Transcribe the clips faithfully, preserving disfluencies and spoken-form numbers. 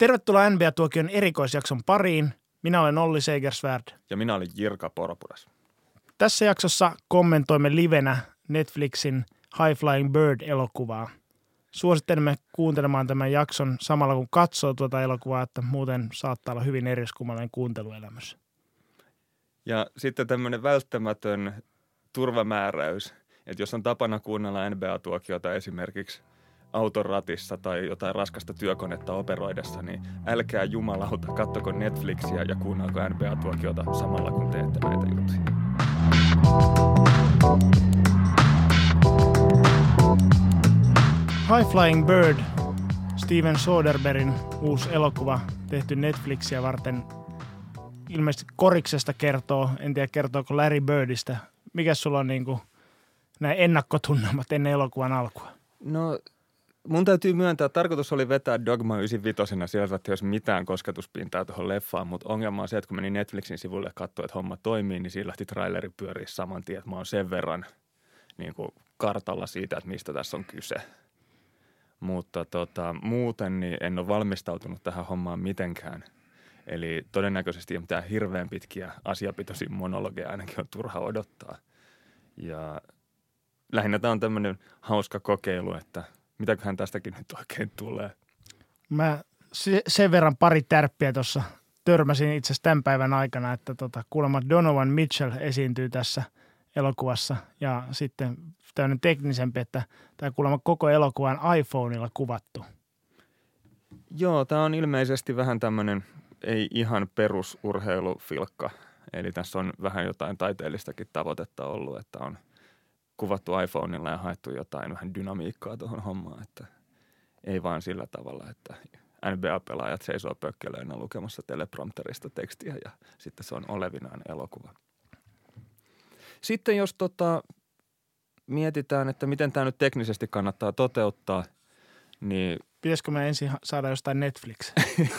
Tervetuloa N B A-tuokion erikoisjakson pariin. Minä olen Olli Segersvärd. Ja minä olin Jirka Poropudas. Tässä jaksossa kommentoimme livenä Netflixin High Flying Bird-elokuvaa. Suosittelemme kuuntelemaan tämän jakson samalla kun katsoo tuota elokuvaa, että muuten saattaa olla hyvin eriskummallinen kuunteluelämys. Ja sitten tämmöinen välttämätön turvamääräys, että jos on tapana kuunnella N B A-tuokiota esimerkiksi auton ratissa tai jotain raskasta työkonetta operoidessa, niin älkää jumalauta, kattoko Netflixiä ja kuunnelko N B A-tuokiota samalla kun teette näitä juttuja. High Flying Bird, Steven Soderberghin uusi elokuva, tehty Netflixiä varten. Ilmeisesti koriksesta kertoo, en tiedä kertooko Larry Birdistä. Mikäs sulla on niinku nämä ennakkotunnelmat ennen elokuvan alkua? No mun täytyy myöntää, että tarkoitus oli vetää Dogma yhdeksänkymmentäviisi, siellä ei olisi mitään kosketuspintaa tuohon leffaan, mutta ongelma on se, että kun menin Netflixin sivulle katsoa, että homma toimii, niin siinä lähti traileri pyöriä saman tien, että mä oon sen verran niin kuin kartalla siitä, että mistä tässä on kyse. Mutta tota, muuten niin en ole valmistautunut tähän hommaan mitenkään. Eli todennäköisesti ei mitään hirveän pitkiä asiapitoisia monologeja ainakin on turha odottaa. Ja lähinnä tämä on tämmöinen hauska kokeilu, että mitäköhän tästäkin nyt oikein tulee. Mä se, sen verran pari tärppiä tuossa törmäsin itse asiassa tämän päivän aikana, että tota, kuulemma Donovan Mitchell esiintyy tässä elokuvassa. Ja sitten tämmöinen teknisempi, että tämä kuulemma koko elokuvan iPhoneilla kuvattu. Joo, tämä on ilmeisesti vähän tämmöinen ei ihan perusurheilufilkka. Eli tässä on vähän jotain taiteellistakin tavoitetta ollut, että on kuvattu iPhoneilla ja haettu jotain vähän dynamiikkaa tuohon hommaan, että ei vaan sillä tavalla, että N B A-pelaajat seisoo pökkelöinä lukemassa teleprompterista tekstiä ja sitten se on olevinaan elokuva. Sitten jos tota, mietitään, että miten tämä nyt teknisesti kannattaa toteuttaa, niin pitäisikö me ensin saada jostain Netflix?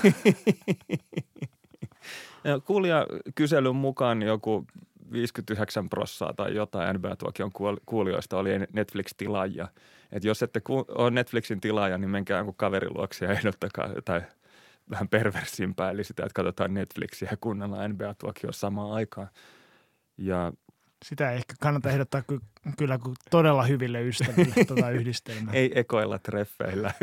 Kuulijakyselyn mukaan joku viisikymmentäyhdeksän prosenttia tai jotain N B A-tuokion kuulijoista oli Netflix-tilaajia. Että jos ette ole Netflixin tilaaja, niin menkää jonkun kaverin luokse ja ehdottakaa jotain vähän perversimpää. Eli sitä, että katsotaan Netflixiä ja kuunnellaan N B A-tuokio samaan aikaan. Ja sitä ei ehkä kannata ehdottaa ky- kyllä kuin todella hyville ystäville tuota yhdistelmää. Ei ekoilla treffeillä.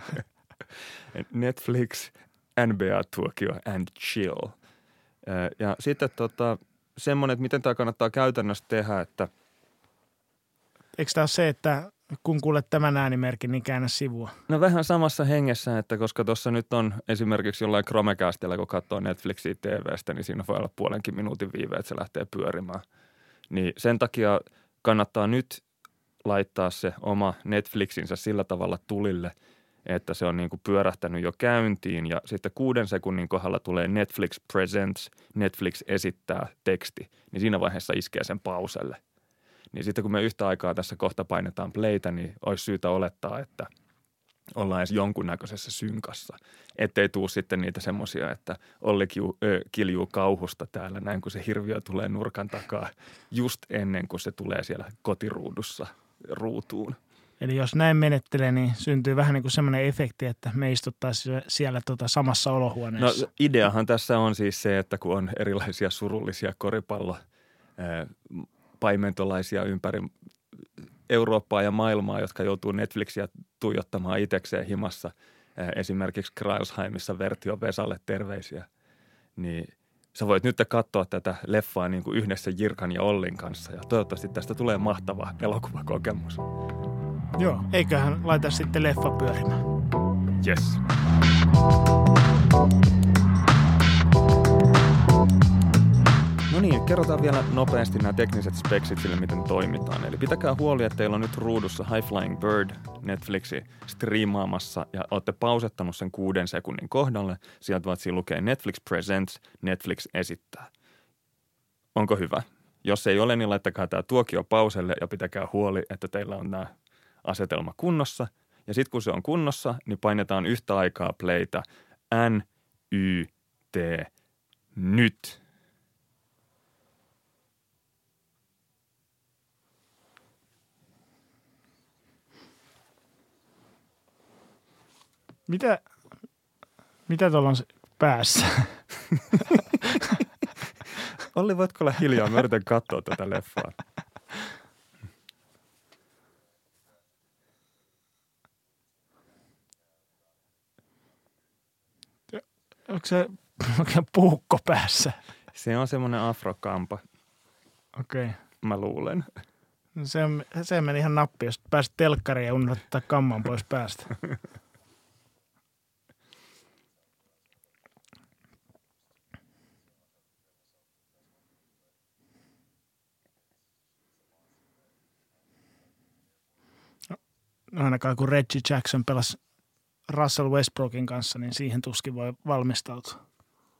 Netflix, N B A-tuokio and chill. Ja sitten tota, semmoinen, että miten tämä kannattaa käytännössä tehdä, että eikö tämä ole se, että kun kuulet tämän äänimerkin, niin käännä sivua? No vähän samassa hengessä, että koska tuossa nyt on esimerkiksi jollain Chromecastilla, kun katsoo Netflixia T V:stä, niin siinä voi olla puolenkin minuutin viive, että se lähtee pyörimään. Niin sen takia kannattaa nyt laittaa se oma Netflixinsä sillä tavalla tulille, että se on niin kuin pyörähtänyt jo käyntiin ja sitten kuuden sekunnin kohdalla tulee Netflix Presents, Netflix esittää teksti, niin siinä vaiheessa iskee sen pauselle. Niin sitten kun me yhtä aikaa tässä kohta painetaan playtä, niin olisi syytä olettaa, että ollaan edes jonkunnäköisessä synkassa. Ettei tule sitten niitä semmoisia, että Olli kiu, ö, kiljuu kauhusta täällä näin, kun se hirviö tulee nurkan takaa just ennen kuin se tulee siellä kotiruudussa ruutuun. Eli jos näin menettelee, niin syntyy vähän niin kuin semmoinen efekti, että me istuttaisiin siellä tota samassa olohuoneessa. No ideahan tässä on siis se, että kun on erilaisia surullisia koripallo paimentolaisia ympäri Eurooppaa ja maailmaa, jotka joutuu Netflixiä tuijottamaan itsekseen himassa. Esimerkiksi Krailsheimissa Vertio Vesalle terveisiä. Niin sä voit nyt katsoa tätä leffaa niin kuin yhdessä Jirkan ja Ollin kanssa ja toivottavasti tästä tulee mahtava elokuvakokemus. Joo, eiköhän laita sitten leffa pyörimään. Yes. No niin, kerrotaan vielä nopeasti nämä tekniset speksit sille, miten toimitaan. Eli pitäkää huoli, että teillä on nyt ruudussa High Flying Bird Netflixi striimaamassa ja olette pausettanut sen kuuden sekunnin kohdalle. Sieltä voit siinä lukee Netflix Presents, Netflix esittää. Onko hyvä? Jos ei ole, niin laittakaa tämä tuokio pauselle ja pitäkää huoli, että teillä on nämä asetelma kunnossa. Ja sitten kun se on kunnossa, niin painetaan yhtä aikaa playtä N, Y, T, nyt. Mitä, Mitä tuolla on päässä? Olli, voitko olla hiljaa? Mä yritän katsoa tätä leffaa. Onko se oikein puukko päässä? Se on semmoinen afrokampa. Okei. Okay. Mä luulen. No se, se meni ihan nappi, jos pääsit telkkariin ja unohtaa kamman pois päästä. No ainakaan kun Reggie Jackson pelasi Russell Westbrookin kanssa, niin siihen tuskin voi valmistautua.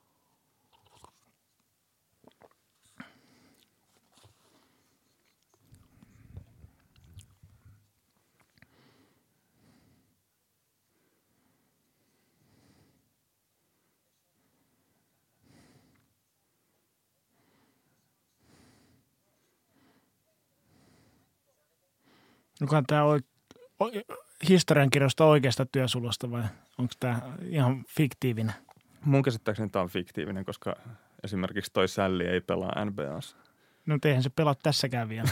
Onko tämä historiankirjoista oikeasta työsulusta vai onko tämä ihan fiktiivinen? Mun käsittääkseni tämä on fiktiivinen, koska esimerkiksi toi Sally ei pelaa N B A:ssa. No eihän se pelaa tässäkään vielä.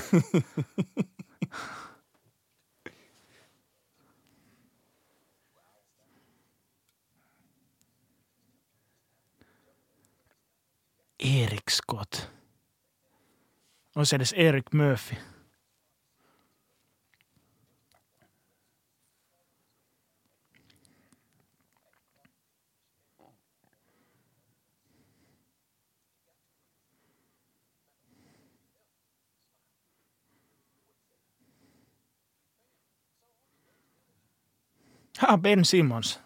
Eric Scott. Olisi edes Eric Murphy. Ha, Ben Simmons.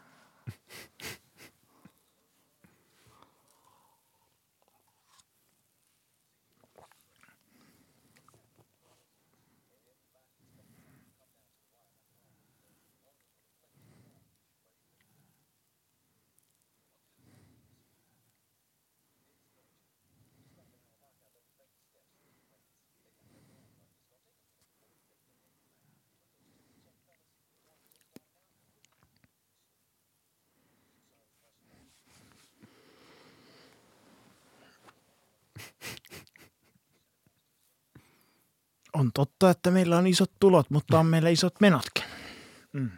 On totta, että meillä on isot tulot, mutta on meillä isot menotkin. Mm.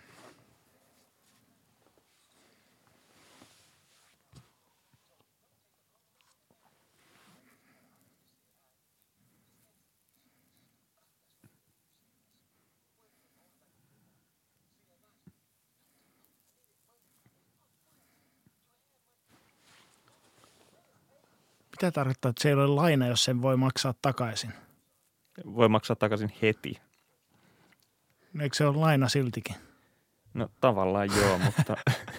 Mitä tarkoittaa, että se ei ole laina, jos sen voi maksaa takaisin? Voi maksaa takaisin heti. Eikö se ole laina siltikin? No tavallaan joo, mutta...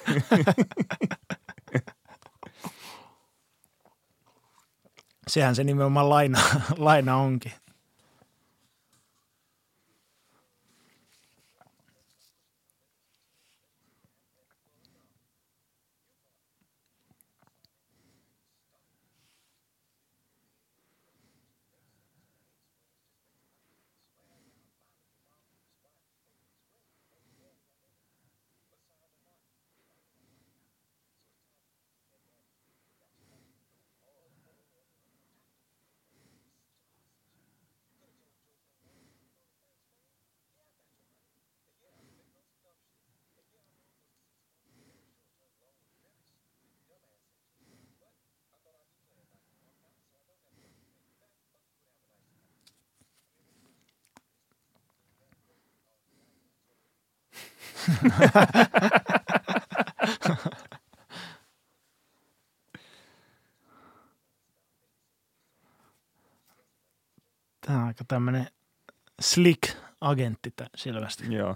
Sehän se nimenomaan laina, laina onkin. Tämä on aika tämmöinen slick-agentti selvästi. Joo.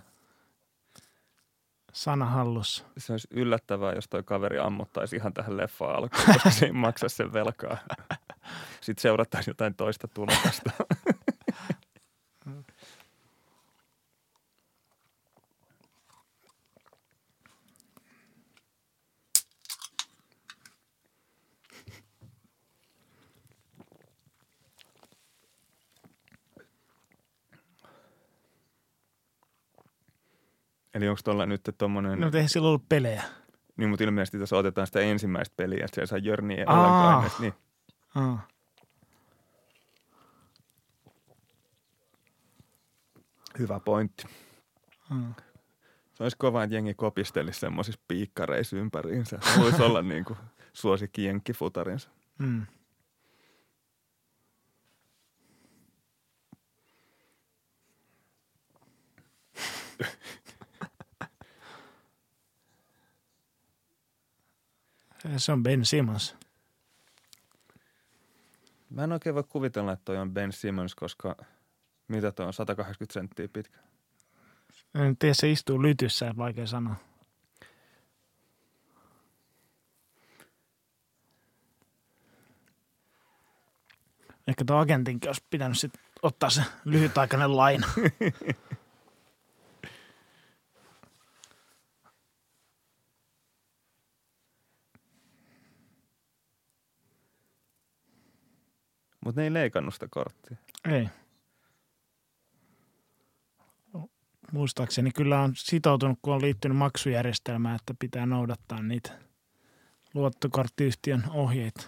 Sana hallussa. Se olisi yllättävää, jos toi kaveri ammuttaisi ihan tähän leffaan alkuun, koska se ei maksa sen velkaa. Sitten seurattaisiin jotain toista tulokasta. Eli onko tuolla nyt tommonen... No eihän sillä ollut pelejä. Niin, mutta ilmeisesti tässä otetaan sitä ensimmäistä peliä, että se ei saa jörniä Aa. ollenkaan. Niin. Aa. Hyvä pointti. Aa. Se olisi kova, että jengi kopistelisi semmoisissa piikkareissa ympäriinsä. Se voisi olla niin kuin suosikki jenkkifutarinsa. Mm. Se on Ben Simmons. Mä en oikein voi kuvitella, että toi on Ben Simmons, koska mitä toi on, sata kahdeksankymmentä senttiä pitkä. En tiedä, se istuu lytyssä, vaikea sanoa. Ehkä tuo agentinkin olisi pitänyt sit ottaa se lyhytaikainen laina. Mutta ne ei leikannut sitä korttia. Ei. Muistaakseni kyllä on sitoutunut, kun on liittynyt maksujärjestelmään, että pitää noudattaa niitä luottokorttiyhtiön ohjeita.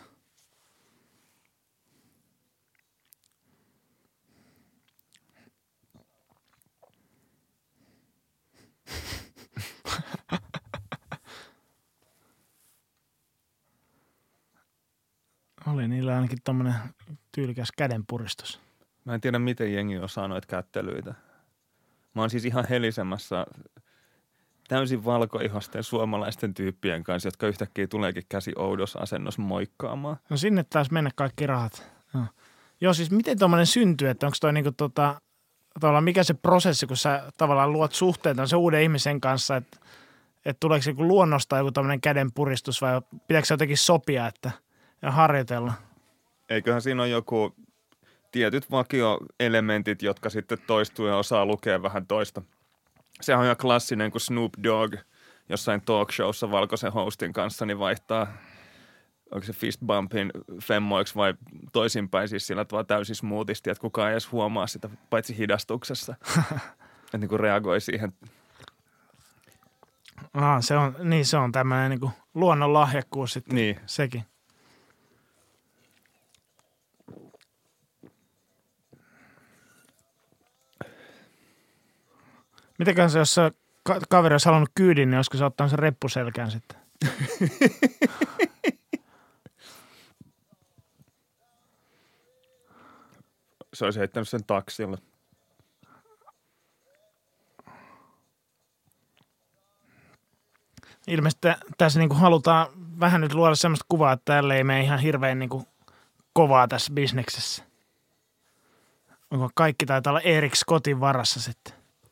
Oli niillä ainakin tommonen tyylikäs kädenpuristus. Mä en tiedä, miten jengi osaa noita kättelyitä. Mä oon siis ihan helisemässä täysin valkoihosten suomalaisten tyyppien kanssa, jotka yhtäkkiä tuleekin käsi oudossa asennossa moikkaamaan. No sinne taas mennä kaikki rahat. No. Joo, siis miten tommonen syntyy, että onko toi niinku tota, tavallaan mikä se prosessi, kun sä tavallaan luot suhteita sen uuden ihmisen kanssa, että, että tuleeko se joku luonnosta joku tommonen kädenpuristus vai pitääkö se jotenkin sopia, että ja harjoitella? Eiköhän siinä ole joku tietyt vakioelementit, jotka sitten toistuu ja osaa lukea vähän toista. Sehän on ihan klassinen, kun Snoop Dogg jossain talkshowssa valkoisen hostin kanssa niin vaihtaa, onko se fist bumpin femmoiksi vai toisinpäin, siis sillä tavalla täysin smoothisti, että kukaan ei edes huomaa sitä, paitsi hidastuksessa. Että niin kuin reagoi siihen. Aha, se on, niin se on tämmöinen niin kuin luonnon lahjakkuus sitten niin. Sekin. Mitäkään se, jos se ka- kaveri olisi halunnut kyydin, niin olisiko se ottanut sen reppuselkään sitten? Se olisi heittänyt sen taksille. Ilmeisesti tässä niin kuin halutaan vähän nyt luoda sellaista kuvaa, että tälle ei mene ihan hirveän niin kuin kovaa tässä bisneksessä. Onko kaikki taitaa olla Erik Scottin varassa sitten?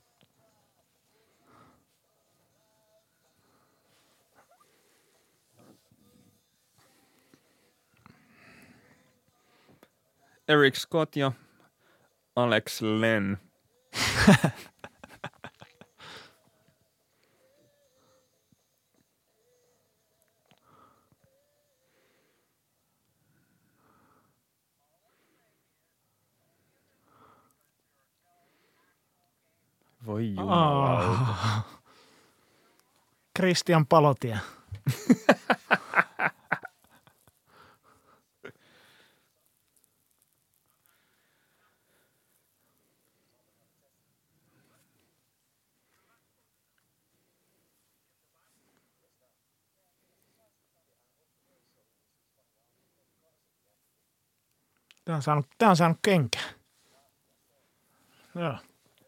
Eric Scott ja Alex Len. Voi jumalauta. Oh. Christian Palotia. Tämä on saanut, tämä on saanut kenkää. Joo.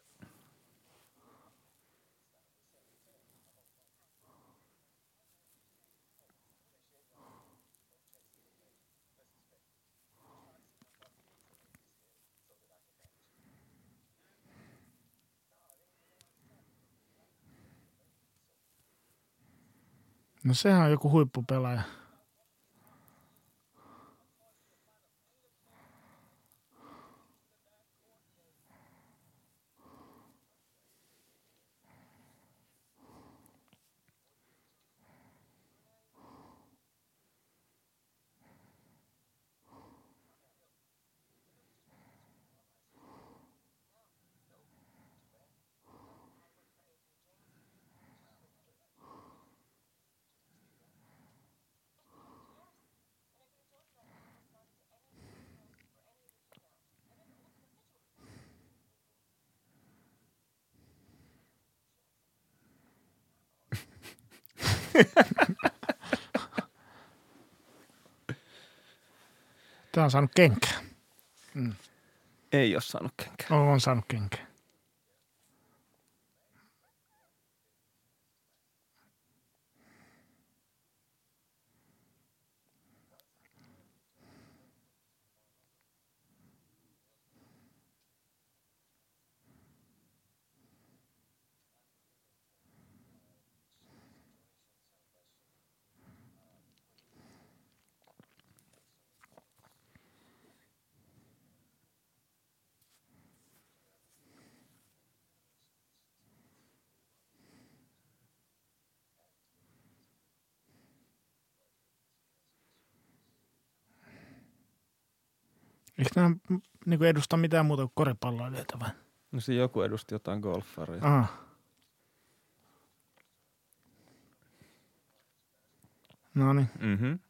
No sehän on joku huippupelaaja. Tämä on saanut kenkää. Mm. Ei ole saanut kenkää. On, on saanut kenkää. Eikö nämä niin edusta mitään muuta kuin koripalloilijoita vai? No se joku edusti jotain golfaria. Aha. No niin. Mhm.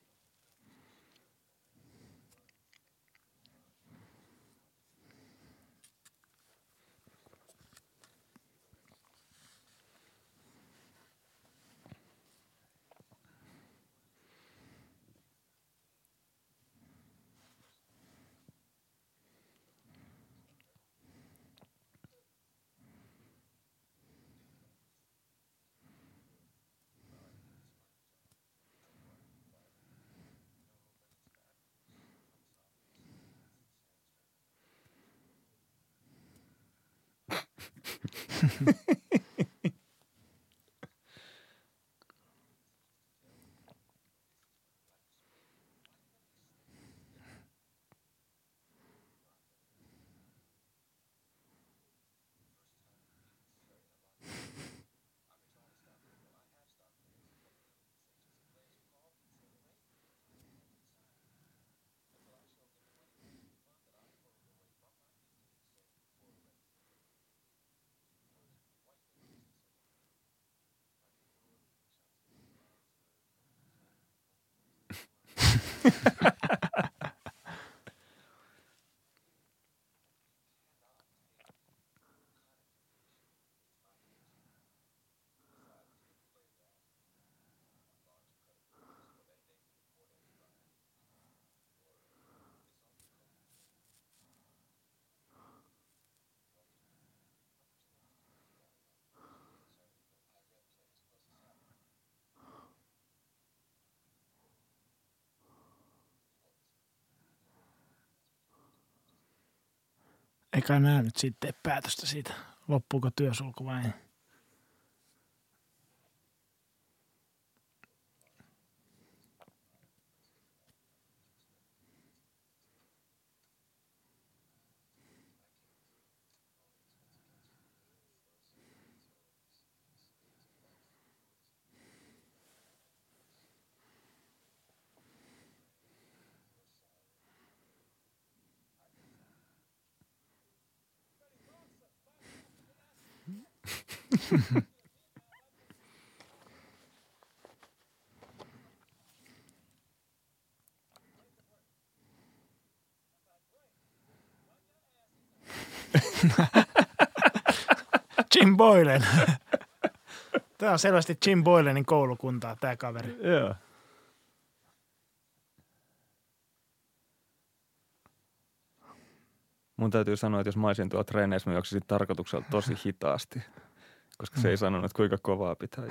Eikä nää nyt sitten päätöstä siitä, loppuuko työsulku vai ei. Jim Boylan. Tämä on selvästi Jim Boylanin koulukuntaa, tämä kaveri. Joo. Mun täytyy sanoa, että jos mä olisin tuolla treeneissä, mä juoksisin tarkoituksella tosi hitaasti, koska se ei sanonut, kuinka kovaa pitää.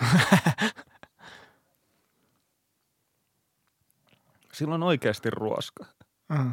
Sillä on oikeasti ruoska. Uh-huh.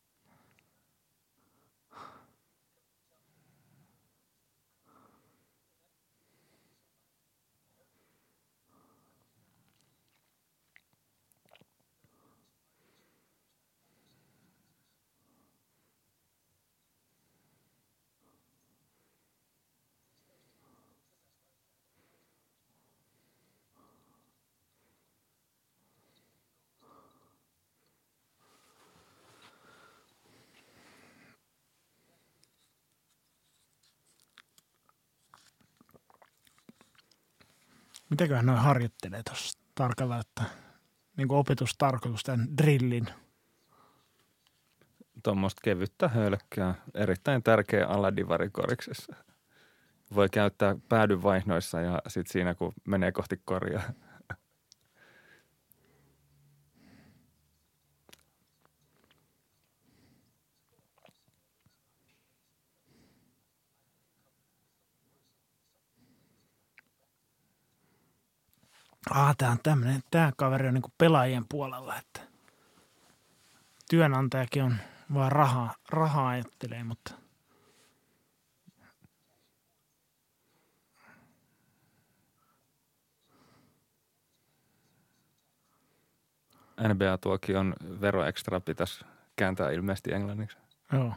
Mitäköhän noin harjoittelee tuossa tarkalla, että niin kuin opetustarkoitus tämän drillin? Tuommoista kevyttä hölkkää. Erittäin tärkeä ala divarikoriksessa. voi käyttää päädynvaihdoissa ja sitten siinä kun menee kohti koria. Ah, tää on tämmönen, tää kaveri on niinku pelaajien puolella, että työnantajakin on vaan rahaa, rahaa ajattelee, mutta N B A-tuokion veroekstra pitäisi kääntää ilmeisesti englanniksi. joo.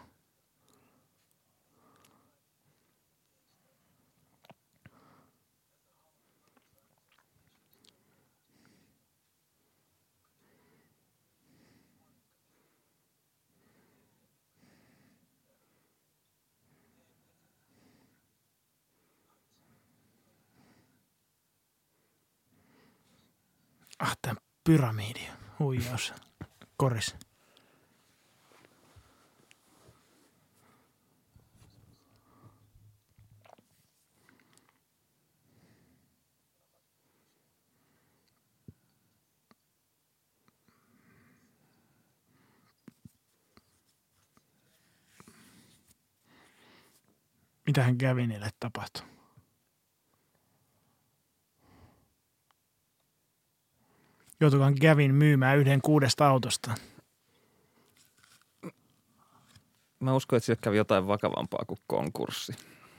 Ah, tämä pyramidi huijaus koris. Mitähän Gavinille tapahtui? Joutuikohan Gavin myymään yhden kuudesta autosta? Mä uskon, että siellä kävi jotain vakavampaa kuin konkurssi.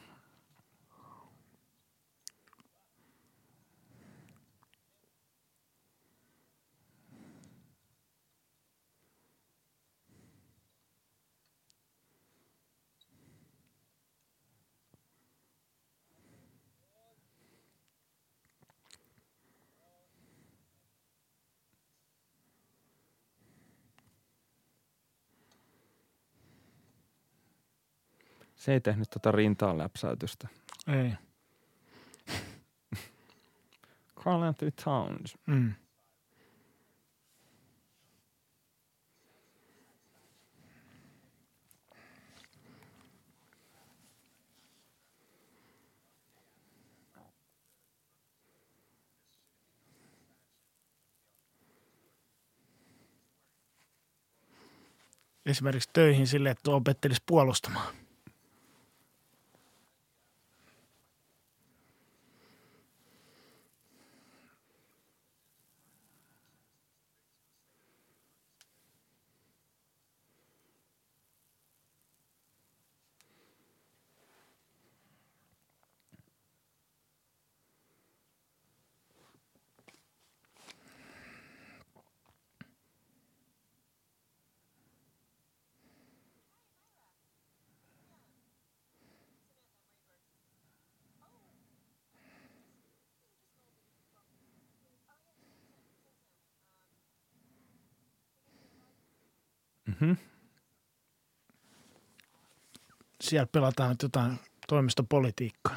Se ei tehnyt tota rintaan läpsäytystä. Ei. Karl Anthony Towns. Mm. Esimerkiksi töihin silleen, että opettelisi puolustamaan. Mm-hmm. Siellä pelataan nyt jotain toimistopolitiikkaa.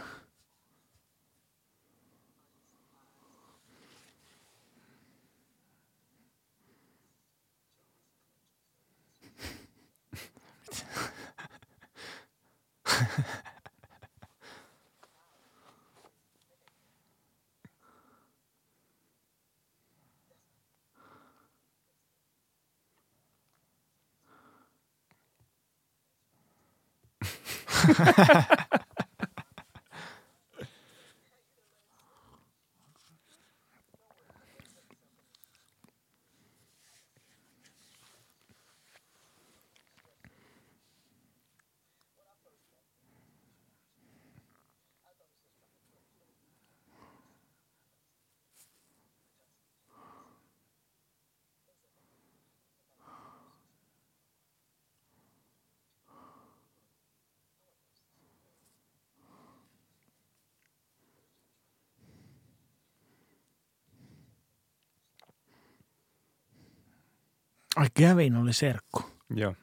Ai Gavin oli serkku. Joo.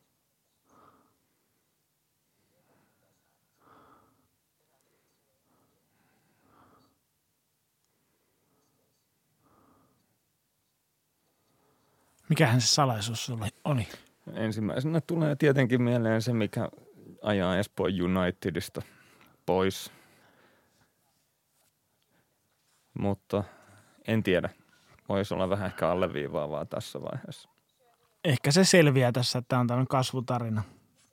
Mikähän se salaisuus oli? oli? Ensimmäisenä tulee tietenkin mieleen se, mikä ajaa Espoon Unitedista pois. Mutta en tiedä. Voisi olla vähän ehkä alleviivaavaa tässä vaiheessa. Ehkä se selviää tässä, että tämä on tämmöinen kasvutarina.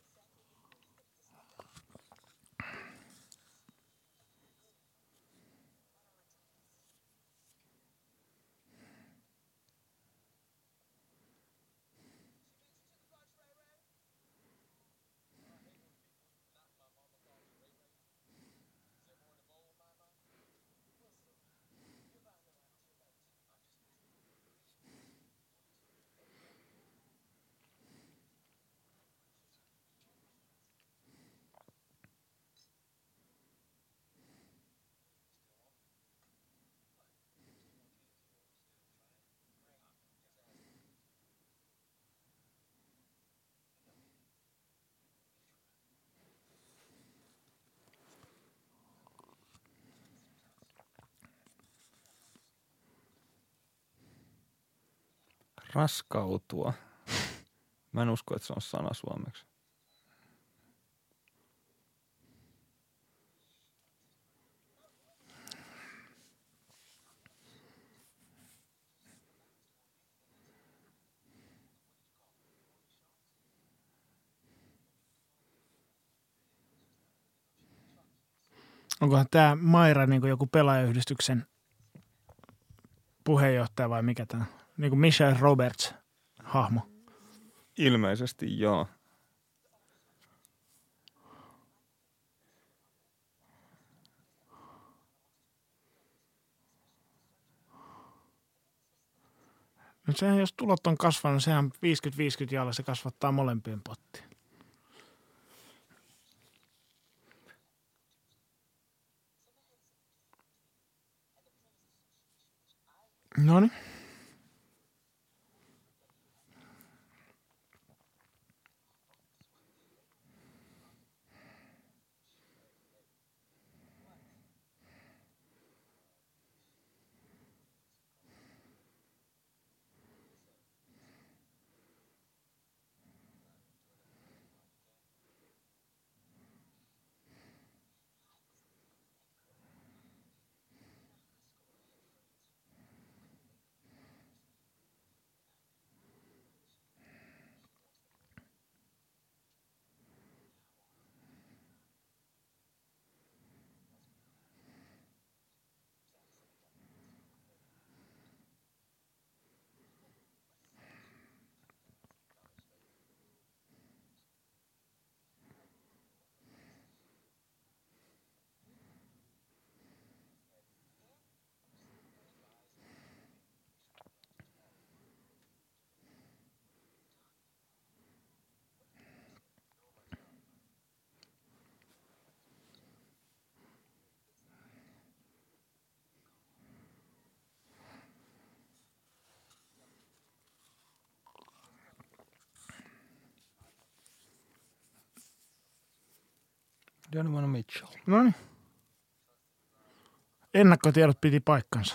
Raskautua. Mä en usko, että se on sana suomeksi. Onkohan tämä Maira niin kuin joku pelaajayhdistyksen puheenjohtaja vai mikä tämä? Niin kuin Michelle Roberts hahmo. Ilmeisesti joo. No sehän jos tulot on kasvanut, sehän viisikymmentä viisikymmentä jaalla se kasvattaa molempien pottia. Noniin. Donovan Mitchell. No niin. Ennakkotiedot piti paikkansa.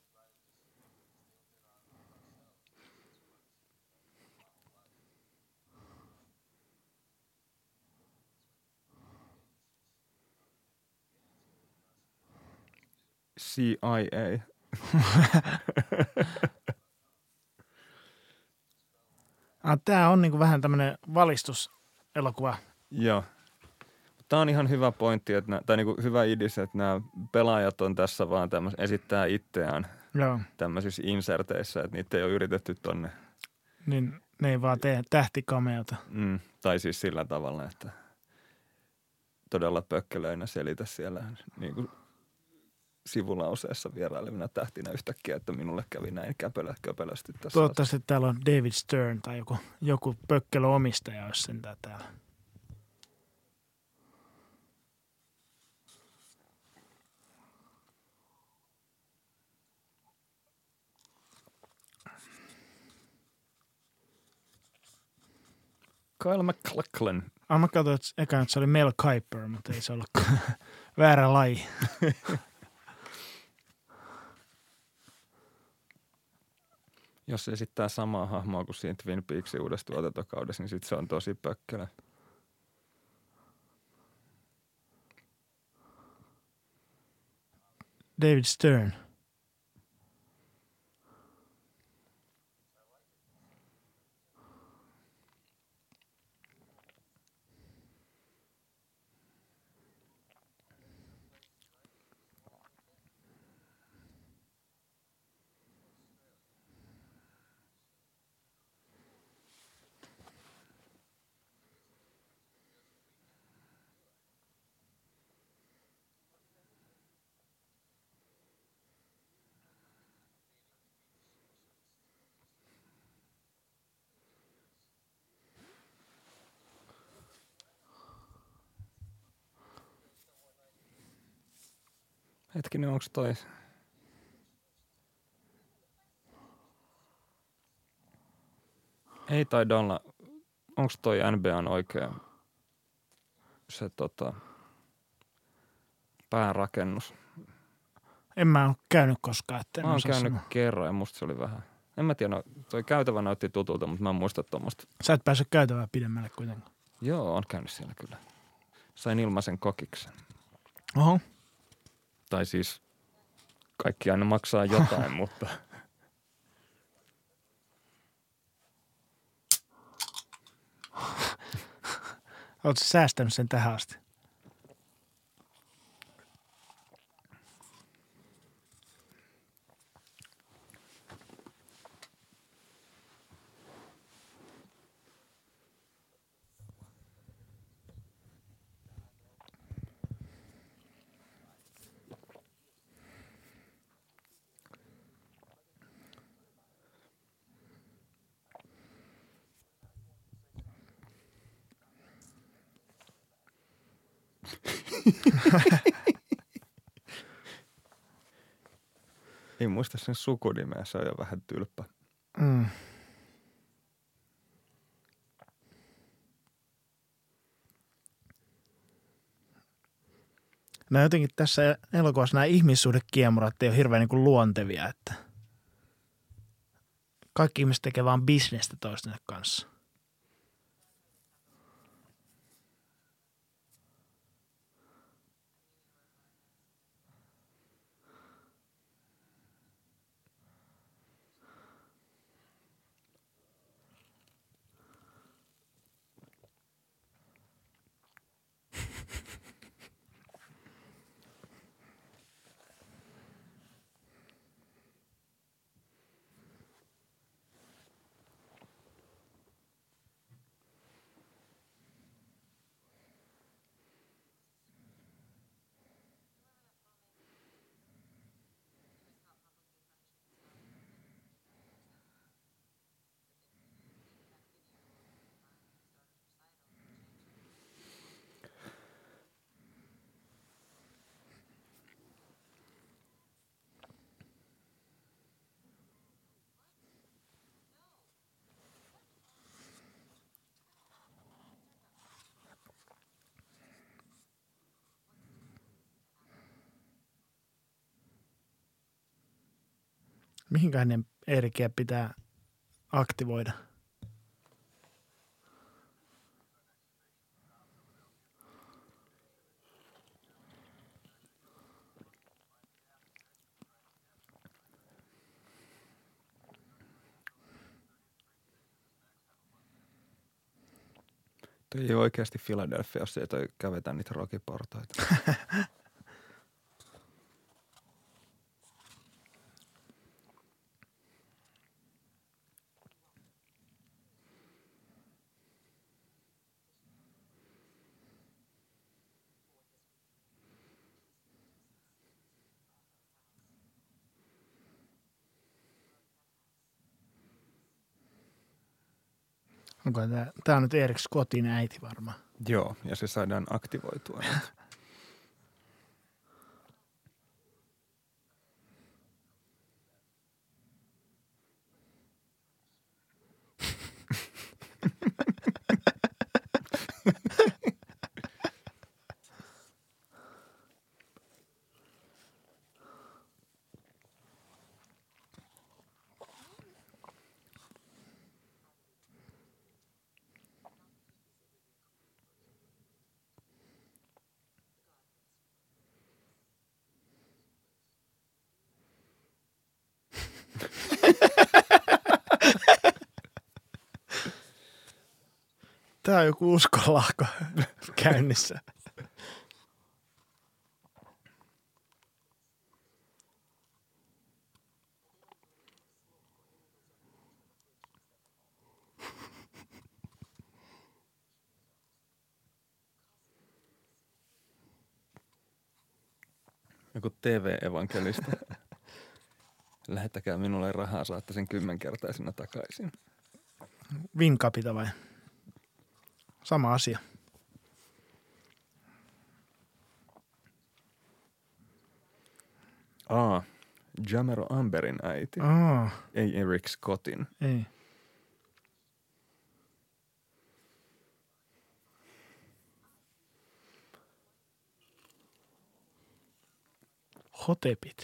C I A. ah, tää on niinku vähän tämmönen valistuselokuva. Joo. Tämä on ihan hyvä pointti, että nää, tai niinku hyvä idis, että nämä pelaajat on tässä vaan tämmöis, esittää itseään Joo. tämmöisissä inserteissä, että niitä ei ole yritetty tonne. Niin ne ei vaan tee tähtikameota. Mm, tai siis sillä tavalla, että todella pökkelöinä selitä siellä niin kuin sivulauseessa vierailevina tähtinä yhtäkkiä, että minulle kävi näin käpelä, köpelösti tässä. Toivottavasti asiassa. Täällä on David Stern tai joku, joku pökkelöomistaja, jos sentään täällä. Kyle MacLachlan. Ah, mä katsoin, että eka, että se oli Mel Kiper, mutta ei se ollut väärä laji. Jos se esittää samaa hahmoa kuin siinä Twin Peaksin uudessa tuotantokaudessa, niin sitten se on tosi pökkelä. David Stern. Hetkinen, onko toi... Ei taida olla... Onko toi N B A:n oikea se tota, päärakennus? En mä ole käynyt koskaan, että en Mä oon osaa käynyt sanoa. kerran ja musta se oli vähän... En mä tiedä, no, toi käytävä näytti tutulta, mutta mä en muista tuommoista. Sä et päässyt käytävää pidemmälle kuitenkaan. Joo, on käynyt siellä kyllä. Sain ilmaisen kokiksen. Oho. Tai siis kaikki aina maksaa jotain, mutta... Oletko säästänyt sen tähän asti? Ei muista sen sukunimeä, se on jo vähän tylppä. Mm. No jotenkin tässä elokuvassa nämä ihmissuhdekiemurat ei ole hirveän niin kuin luontevia, että kaikki ihmiset tekee vaan bisnestä toistensa kanssa. Mihinkä ne Eerikiä pitää aktivoida? Toi ei ole oikeasti Philadelphia, jos ei toi kävetään niitä rokiportaita. Onko tämä, tämä on nyt Erik Scottin äiti varmaan. Joo, ja se saadaan aktivoitua nyt. Tämä on joku uskonlahko käynnissä. Joku T V-evankelista. Lähettäkää minulle rahaa, saatte sen kymmenkertaisena takaisin. Vinkapita vai? Sama asia. Aa, Jamero Amberin äiti. Aa, Ei Eric Scottin. ei. Hotepit.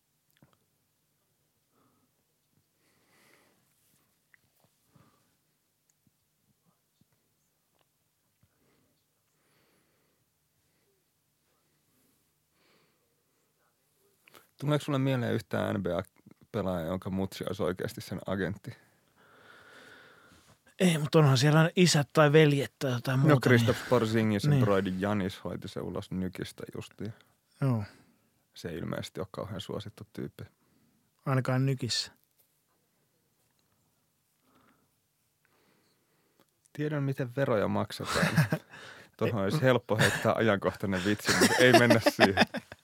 Tuleeko sulle mieleen yhtään N B A-pelaaja, jonka mutsi olisi oikeasti sen agentti? Ei, mutta onhan siellä isät tai veljet tai jotain muuta. No Kristaps Porzingis ja Niin. Brody Janis hoiti se ulos Nykistä justiin. Joo, Se ei ilmeisesti ole kauhean suosittu tyyppi. ainakaan Nykissä. Tiedän, miten veroja maksetaan. Tuohon olisi helppo heittää ajankohtainen vitsi, mutta ei mennä siihen.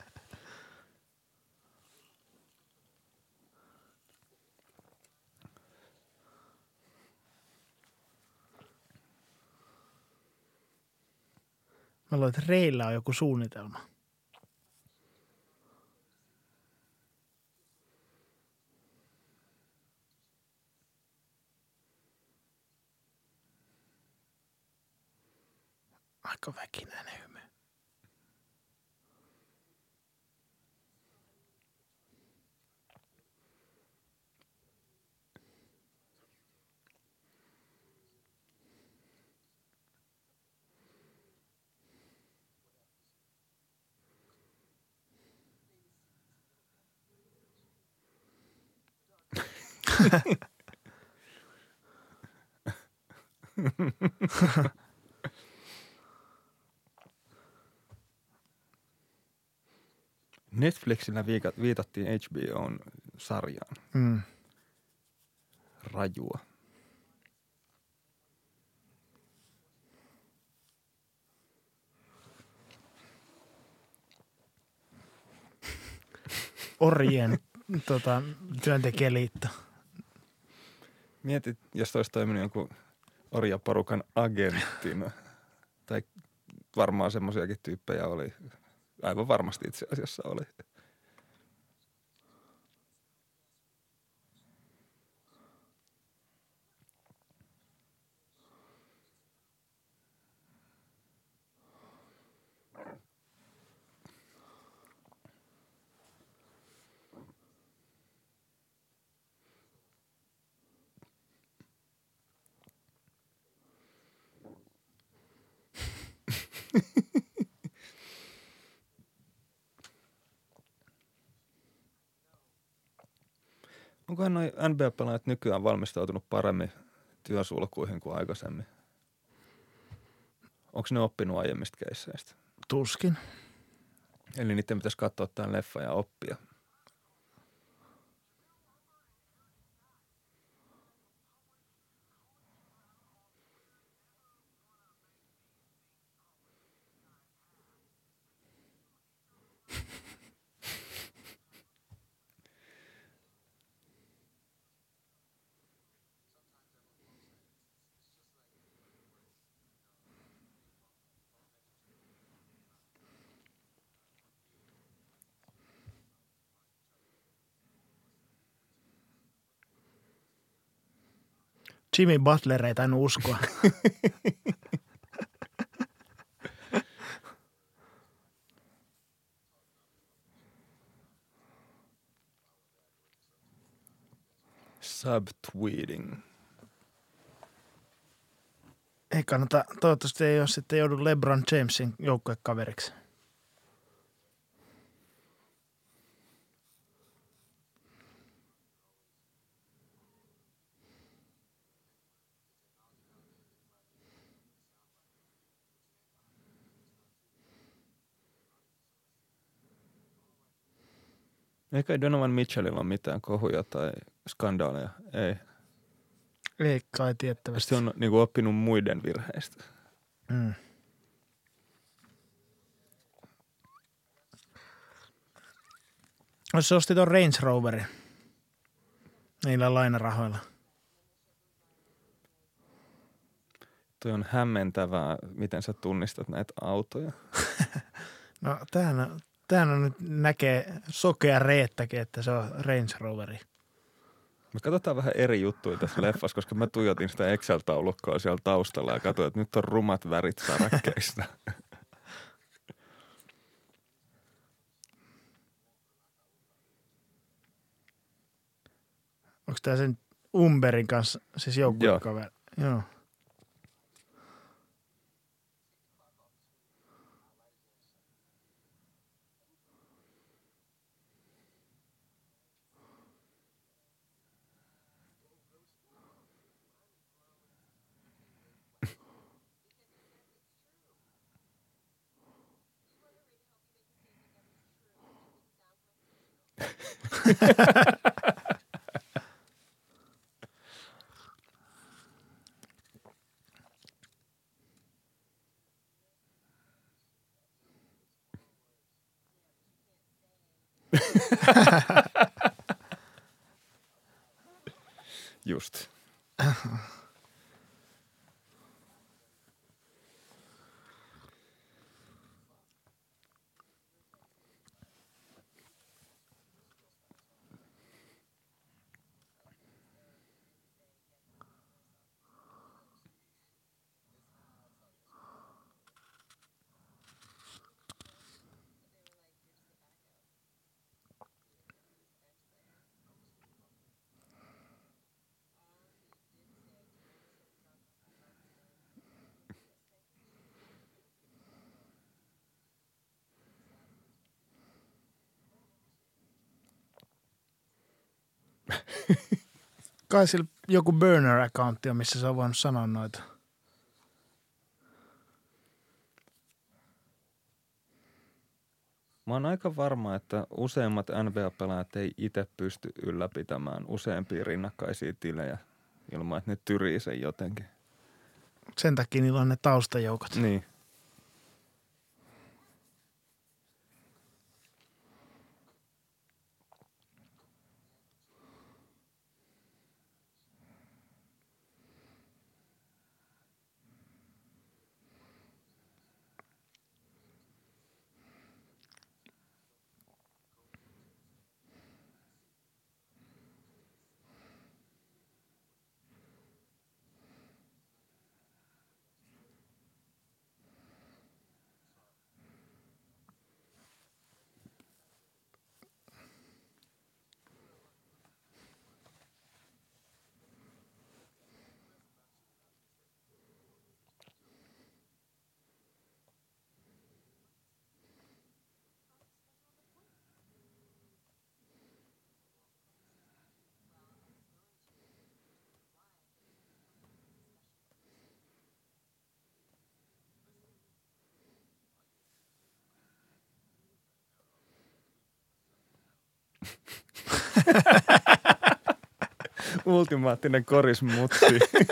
Mä luulen, että Reillä on joku suunnitelma. Aika väkinäinen hymy. Netflixillä viika- viitattiin H B O:n sarjaan. Mm. Rajua. Orjien tota, työntekijäliitto. Mietit, jos olisi toiminut jonkun orjaporukan agenttina. Tai varmaan semmoisiakin tyyppejä oli. Aivan varmasti itse asiassa oli. Onkohan noi N B A-pelaajat nykyään valmistautunut paremmin työsulkuihin kuin aikaisemmin? Onko ne oppinut aiemmista keisseistä? Tuskin. Eli niiden pitäisi katsoa tämän leffa ja oppia. Jimmy Butler ei tainnut uskoa. Subtweeting. Ei kannata, toivottavasti ei ole sitten joudu LeBron Jamesin joukkuekaveriksi. Eikä Donovan Mitchellilla ole mitään kohuja tai skandaaleja. Ei. Ei kai tiettävästi. Se on niinku oppinut muiden virheistä. Mm. Jos se osti ton Range Roverin niillä lainarahoilla. Toi on hämmentävää, miten sä tunnistat näitä autoja. No tämähän Tämähän on nyt näkee sokea Reettäkin, että se on Range Roveri. Me katsotaan vähän eri juttuja tässä leffassa, koska mä tuijotin sitä Excel-taulukkoa siellä taustalla ja katsoin, että nyt on rumat värit sarakkeista. Onko tämä sen Umberin kanssa, siis joukkuekaveri? Joo. Joo. Just. Kai sillä joku burner-accountti on, missä se on voinut sanoa noita. Mä oon aika varma, että useimmat N B A-pelaajat ei itse pysty ylläpitämään useampia rinnakkaisia tilejä ilman, että ne tyrii sen jotenkin. Sen takia niillä on ne taustajoukot. Niin. Ultimaattinen korismutsi.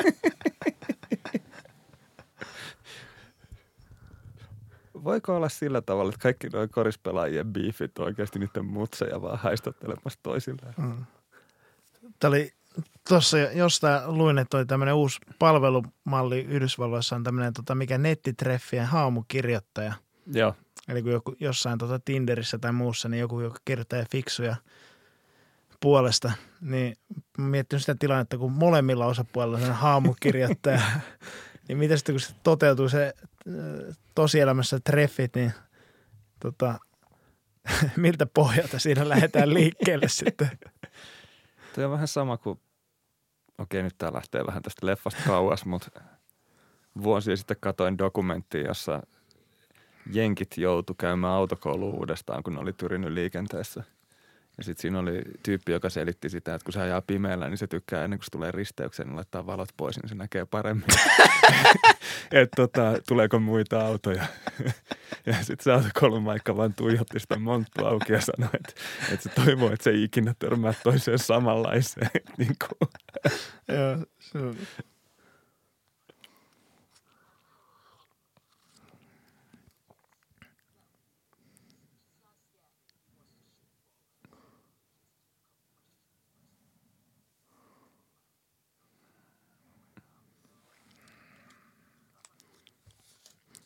Voiko olla sillä tavalla, että kaikki nuo korispelaajien beefit on oikeasti niiden mutseja vaan haistattelemassa toisilleen? Mm. Tämä oli tuossa jostain luin, että oli tämmöinen uusi palvelumalli Yhdysvalloissa on tämmöinen, tota, mikä nettitreffien haamukirjoittaja. Joo. Eli kun joku, jossain tota Tinderissä tai muussa, niin joku, joka kirjoittaa fiksuja puolesta, niin miettinyt sitä tilannetta, kun molemmilla osapuolilla on haamukirjoittaja, niin miten sitten kun se toteutuu se tosielämässä treffit, niin tota, miltä pohjalta siinä lähdetään liikkeelle sitten? Tuo on vähän sama kuin, okei nyt tää lähtee vähän tästä leffasta kauas, mutta vuosia sitten katoin dokumenttia, jossa jenkit joutui käymään autokouluun uudestaan, kun ne oli tyrinyt liikenteessä. Ja sitten siinä oli tyyppi, joka selitti sitä, että kun se ajaa pimeällä, niin se tykkää ennen kuin se tulee risteykseen, niin laittaa valot pois, niin se näkee paremmin. Että tota, tuleeko muita autoja. Ja sitten se autokoulumaikka vaan tuijotti sitä monttua auki ja sanoi, että, että se toivoo, että se ei ikinä törmää toiseen samanlaiseen. niin kuin. Joo, se on.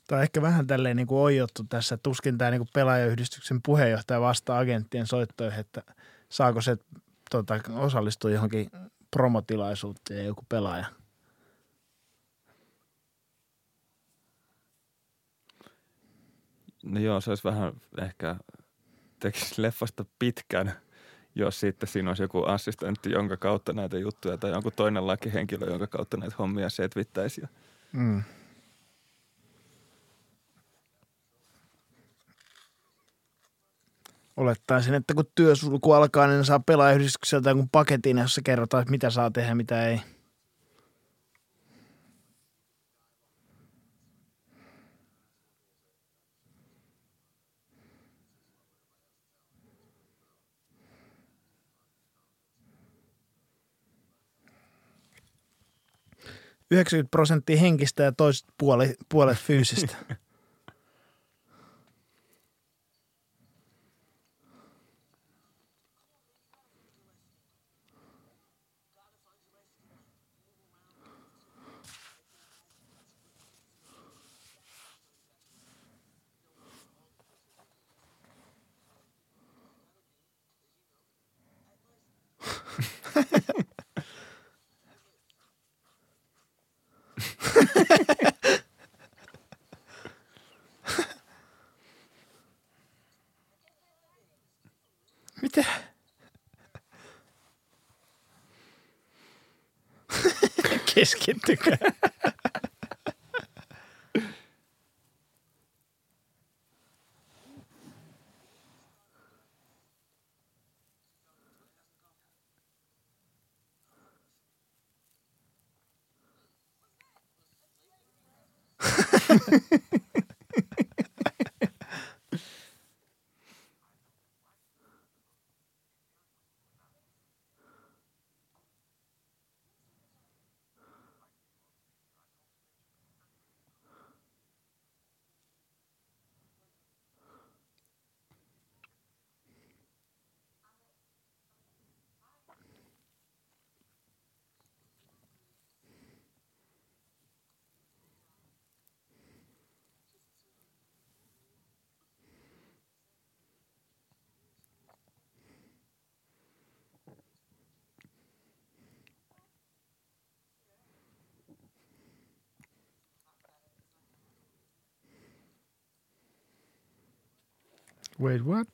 Tämä on ehkä vähän tälleen niin kuin oijottu tässä. Tuskin tämä niin kuin pelaajayhdistyksen puheenjohtaja vastaa agenttien soittoihin, että saako se tota, osallistua johonkin promotilaisuuteen joku pelaaja. No joo, se olisi vähän ehkä tekisi leffasta pitkän, jos sitten siinä olisi joku assistentti, jonka kautta näitä juttuja, tai jonkun toinen lakihenkilö, jonka kautta näitä hommia setvittäisi. Mm. Olettaisin, että kun työsulku alkaa, niin saa pelaajayhdistykseltä jonkun paketin, jossa kerrotaan, että mitä saa tehdä, mitä ei. yhdeksänkymmentä prosenttia henkistä ja toiset puolet, puolet fyysistä. Mitä? Keskittykää. Wait, what?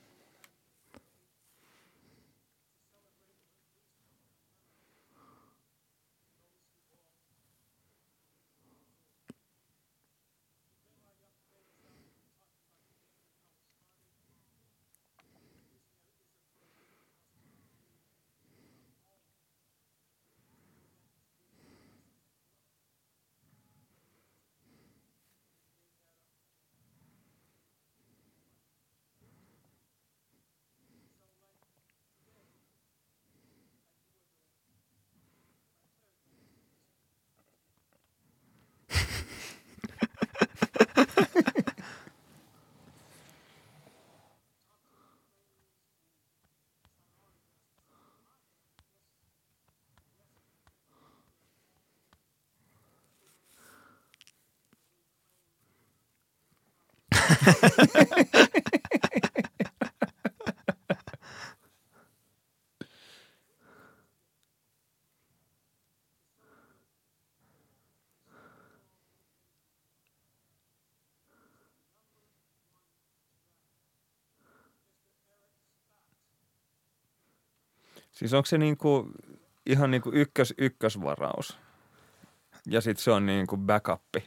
Siis onko se niinku, ihan niinku ykkös, ykkösvaraus ja sitten se on niinku backup?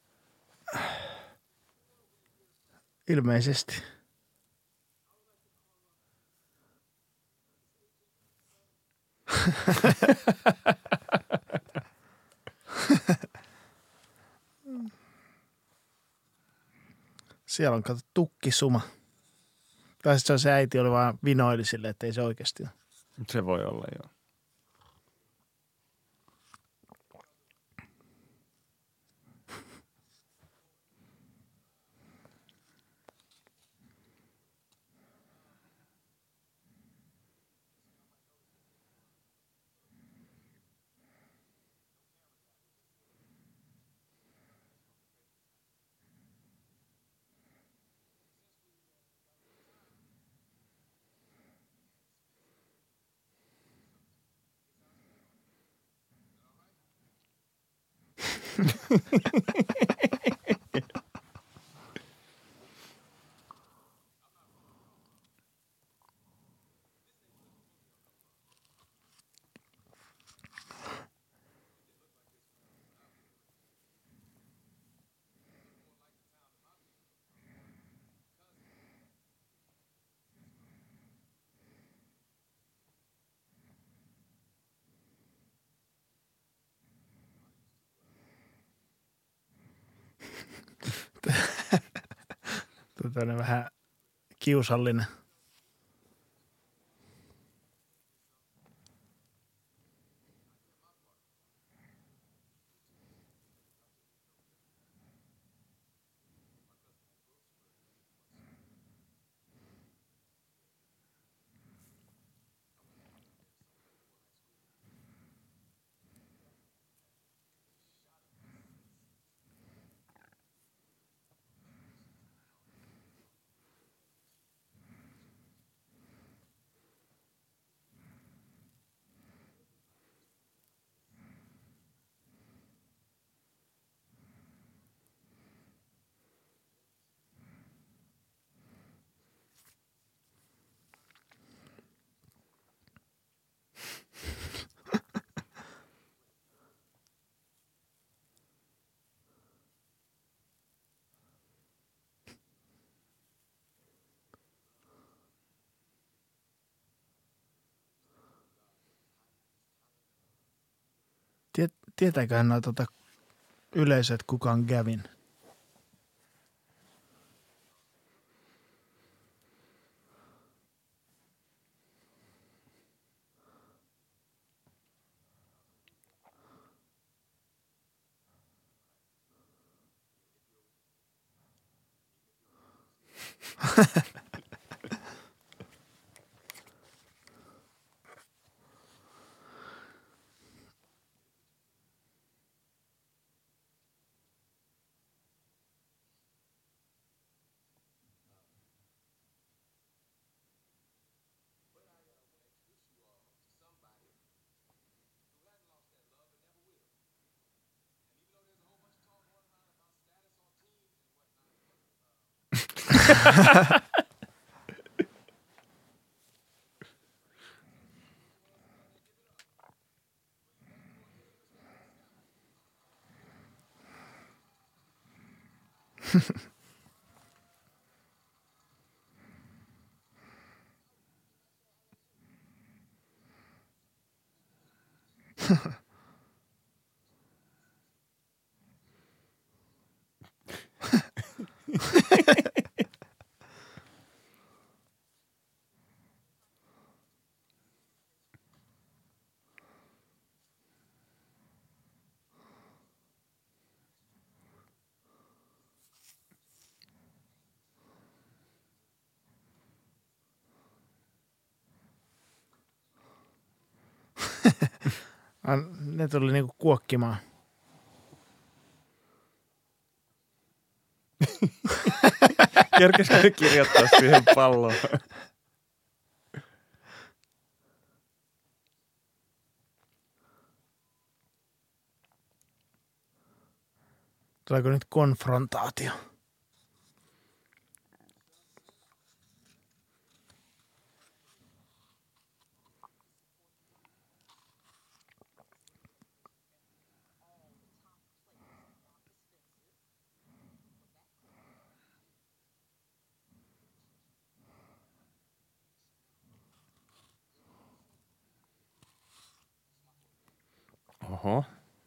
Ilmeisesti. Siellä on kato tukkisuma. Tai sitten se äiti oli vaan vinoili sille, että ei se oikeasti ole. Se voi olla, joo. Tuo vähän kiusallinen. Tietääköhän noita tota yleisöt, kuka on Gavin? Ne tuli niinku kuokkimaan. Kerkesikö kirjoittaa siihen palloon? Tuleeko nyt konfrontaatio? Oho.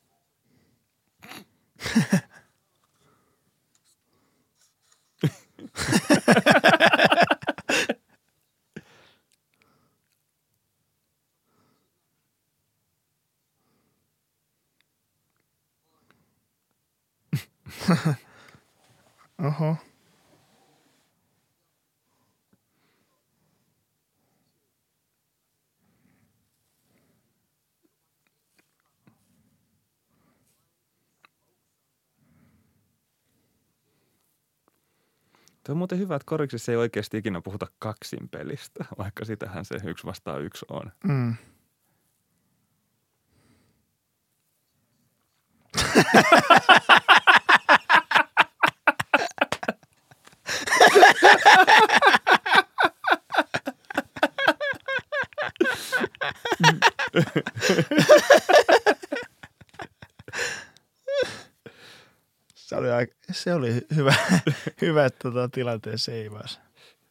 Oho. Tuo on muuten hyvä, että koriksessa ei oikeasti ikinä puhuta kaksin pelistä, vaikka sitähän se yksi vastaan yksi on. Mm. Se oli, aika, se oli hyvä, hyvä tota, tilanteen seivaus.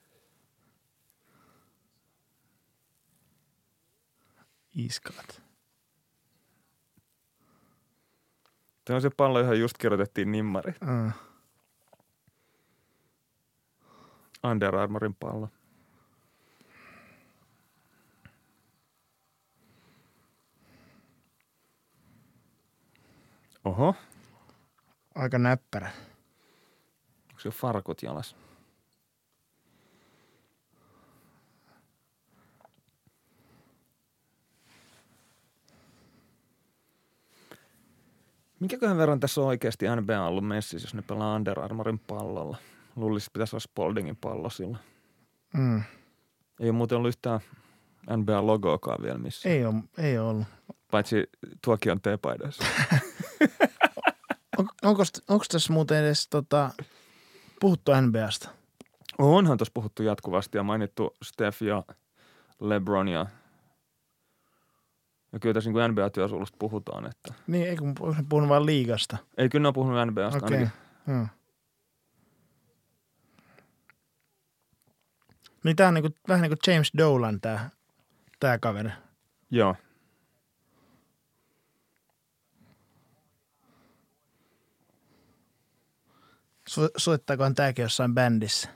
Iskaat. Tämä on se pallo, johon just kirjoitettiin nimmari. Mm. Under Armourin pallo. Oho. Aika näppärä. Onko se farkut jalas? Minkäköhän verran tässä on oikeasti N B A ollut messissä, jos ne pelaa Under Armourin pallolla? Luulisin, että pitäisi olla Spaldingin pallo sillä. Mm. Ei ole muuten ollut yhtään N B A-logoakaan vielä missään. Ei ole, ei ole ollut. Paitsi Tuokion T-paidoissa. On, onko, onko tässä muuten edes tota, puhuttu N B A:sta? Onhan tuossa puhuttu jatkuvasti ja mainittu Steph ja LeBron ja, ja kyllä tässä niin N B A-työsuulusta puhutaan. Että... Niin, ei kun puhunut vain liigasta. Ei, kyllä ne on puhunut N B A:sta Okei. ainakin. Hmm. Niin tää on niinku, vähän niin kuin James Dolan tää, tää kaveri. Joo. Su- soittaakohan tääkin jossain bändissä?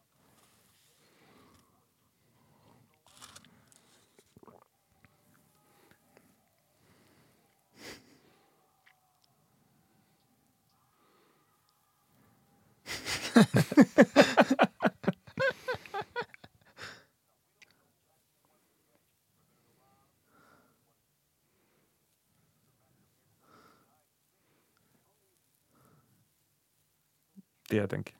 Tietenkin.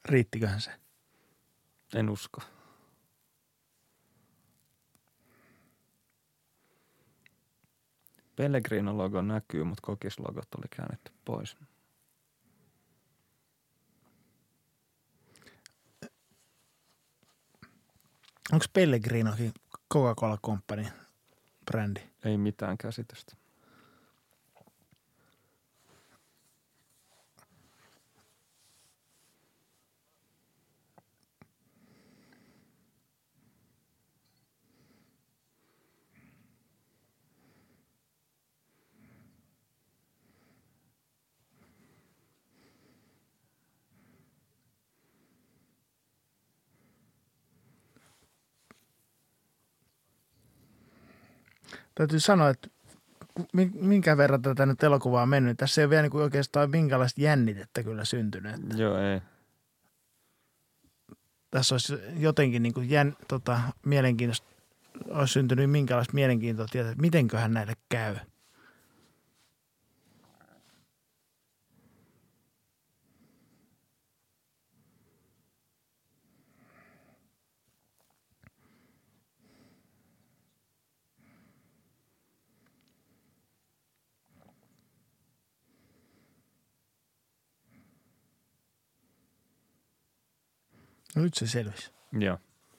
Riittiköhän se? En usko. Pellegrino-logo näkyy, mutta kokislogot oli käännetty pois. Onko Pellegrinokin Coca-Cola Company brändi? Ei mitään käsitystä. Täytyy sanoa, että minkä verran tätä nyt elokuvaa on mennyt. Tässä ei ole vielä niin kuin oikeastaan minkälaista jännitettä kyllä syntynyt. Että Joo, ei. tässä olisi jotenkin niin kuin jän, tota, mielenkiintoista, olisi syntynyt minkälaista mielenkiintoa tietää, että mitenköhän näille käy. No nyt se selvisi. Joo.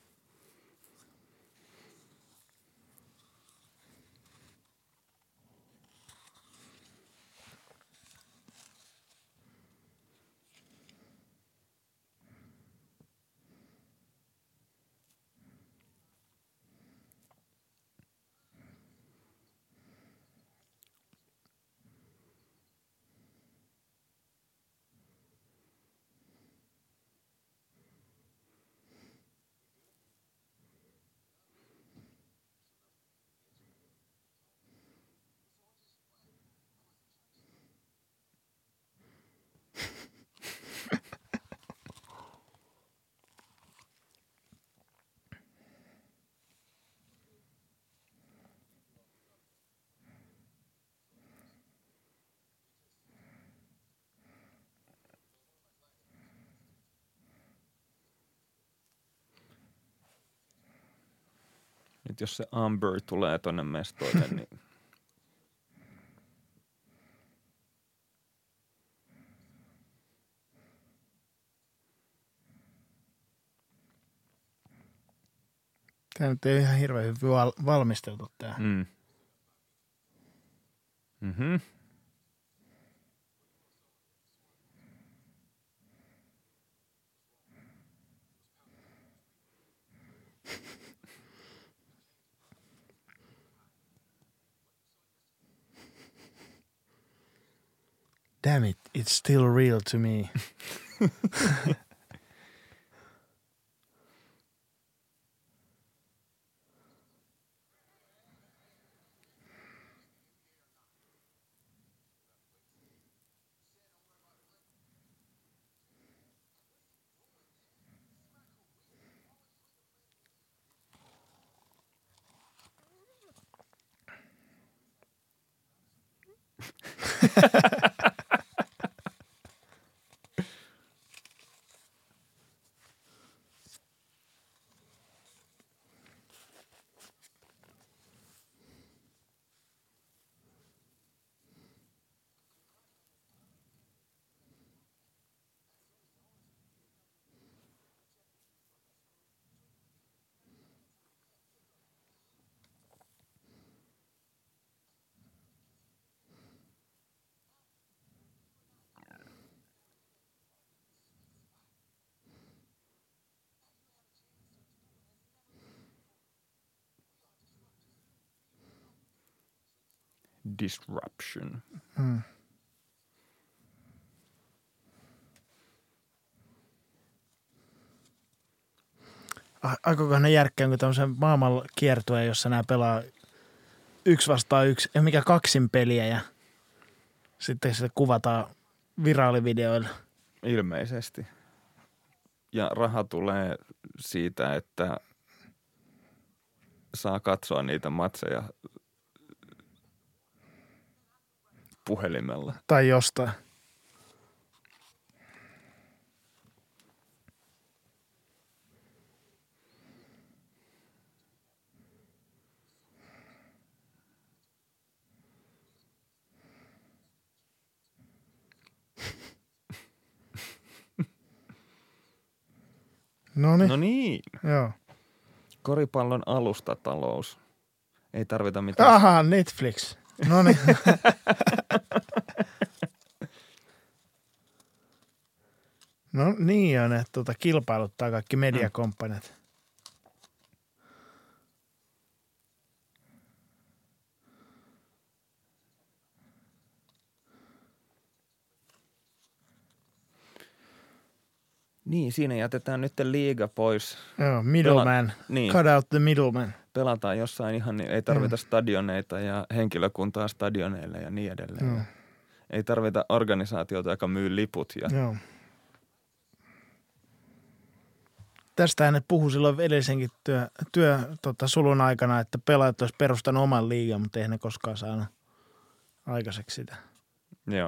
Nyt jos se Amber tulee tonne mestoille, niin Tämä nyt ei ole ihan hirveän hyvin val- valmisteltu tämä. Mm. Mhm. Damn it, it's still real to me. Disruption. Hmm. Aikoikohan ne järkkäänkö tämmöisen maailman kiertueen, jossa nämä pelaa yksi vastaan yksi, ei mikä kaksin peliä ja sitten se kuvataan viraalivideoilla. Ilmeisesti. Ja raha tulee siitä, että saa katsoa niitä matseja puhelimella. Tai jostain. Noniin. No niin. Joo. Koripallon alustatalous. Ei tarvita mitään. Aha, Netflix. Noniin. No niin on, että tuota, kilpailuttaa kaikki mediakompanit. Niin, siinä jätetään nyt liiga pois. Joo, middleman. Pela- niin. Cut out the middleman. Pelataan jossain ihan, niin ei tarvita mm. stadioneita ja henkilökuntaa stadioneille ja niin edelleen. Joo. Ei tarvita organisaatiota, joka myy liput. Ja... Joo. Tästähän ne puhui silloin edellisenkin työ, työ tota, sulun aikana, että pelaajat olisi perustanut oman liigan, mutta eihän ne koskaan saanut aikaiseksi sitä. Joo.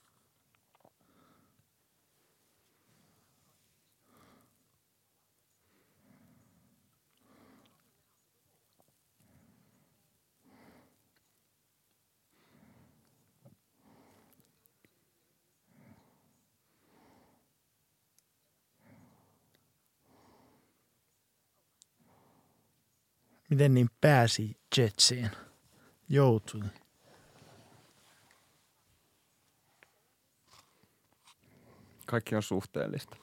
Miten niin pääsi Jetsiin? Joutui. Kaikki on suhteellista.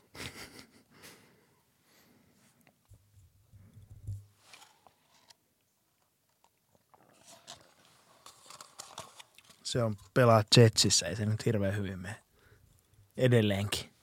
Se on pelaa Jetsissä, ei se nyt hirveän hyvin mene. Edelleenkin.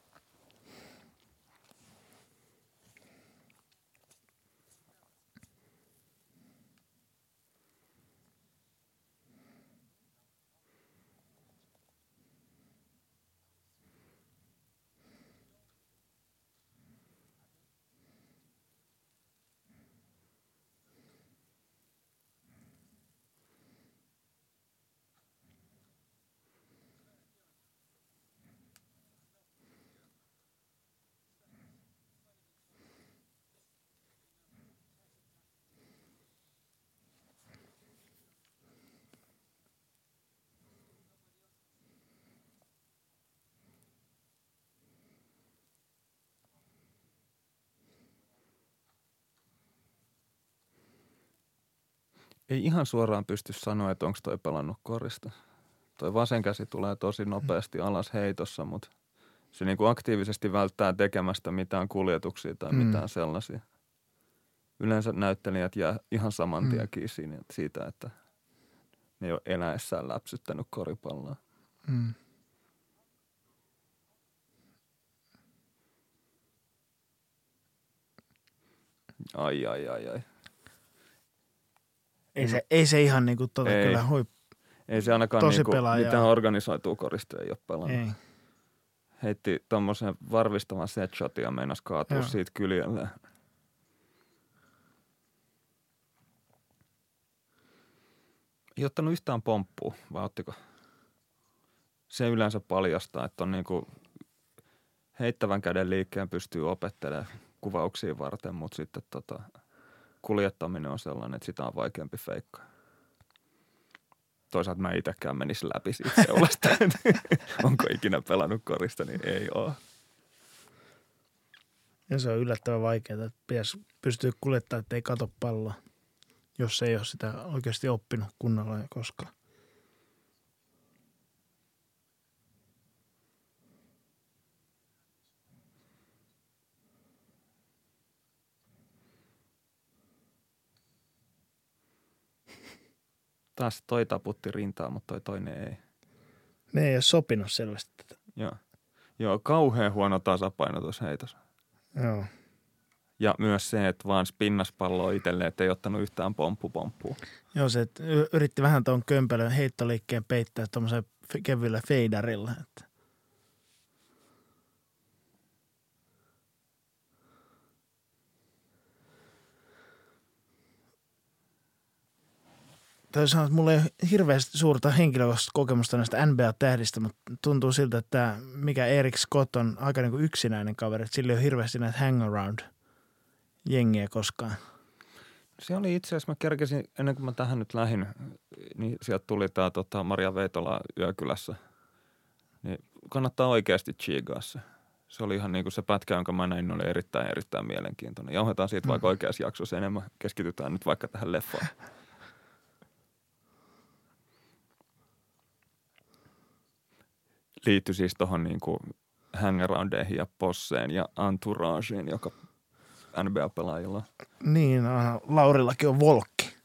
Ei ihan suoraan pysty sanoa, että onko toi pelannut korista. Toi vasen käsi tulee tosi nopeasti alas heitossa, mutta se niinku aktiivisesti välttää tekemästä mitään kuljetuksia tai Mm. mitään sellaisia. Yleensä näyttelijät jää ihan saman tien kiinni siitä, että ne ei ole eläessään läpsyttänyt koripalloa. Mm. Ai, ai, ai, ai. Ei se, ei se ihan niinku tota Ei. kyllä huip. Ei se ainakaan Tosi niinku pelaaja. mitään organisoitua korista ei ole pelannut. Ei. Heitti tommosen varvistavan set-shotin ja meinasi kaatua Joo. siitä kyljelleen. Ei ottanut yhtään pomppua, vai ottiko? Se yleensä paljastaa, että on niinku heittävän käden liikkeen pystyy opettelemaan kuvauksia varten, mutta sitten tota, kuljettaminen on sellainen, että sitä on vaikeampi feikkaa. Toisaalta mä itsekään menis läpi siitä seulasta, onko ikinä pelannut korista, niin ei ole. Ja se on yllättävän vaikeaa, että pitäisi pystyä kuljettamaan, että ei kato palloa, jos ei ole sitä oikeasti oppinut kunnolla koskaan. Taas toi taputti rintaa, mutta toi toinen ei. Ne ei ole sopinut selvästi tätä. Joo, Joo kauhean huono tasapaino tuossa heitossa. Joo. Ja myös se, että vaan spinnas palloa itselleen, että ei ottanut yhtään pomppu-pomppua. Joo, se että y- yritti vähän tuon kömpelön heittoliikkeen peittää tuommoisen f- kevyllä feidarilla. Että. Täytyy sanoa, että mulla ei ole hirveästi suurta henkilökohtaista kokemusta näistä N B A-tähdistä, mutta tuntuu siltä, että tämä, mikä Eric Scott on aika niin kuin yksinäinen kaveri, että sillä ei ole hirveästi näitä hang-around-jengiä koskaan. Se oli itse asiassa, mä kerkesin, ennen kuin mä tähän nyt lähdin, niin sieltä tuli tämä tota, Maria Veitola Yökylässä. Niin kannattaa oikeasti chiigaa se. Se oli ihan niin kuin se pätkä, jonka mä näin, oli erittäin, erittäin mielenkiintoinen. Jauhetaan siitä mm. vaikka oikeassa jaksossa enemmän. Keskitytään nyt vaikka tähän leffaan. Liittyi siis tuohon niin kuin hangaroundeihin ja posseen ja entourageen, joka N B A-pelaajilla. Niin, aina Laurillakin on volkki.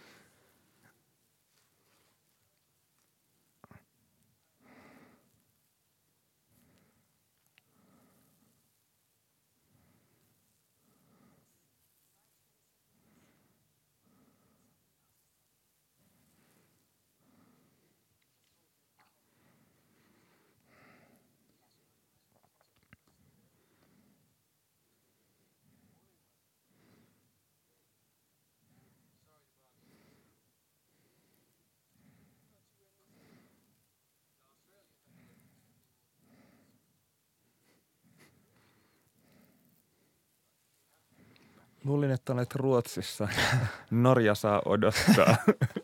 Luulin, että olet Ruotsissa. Norja saa odottaa.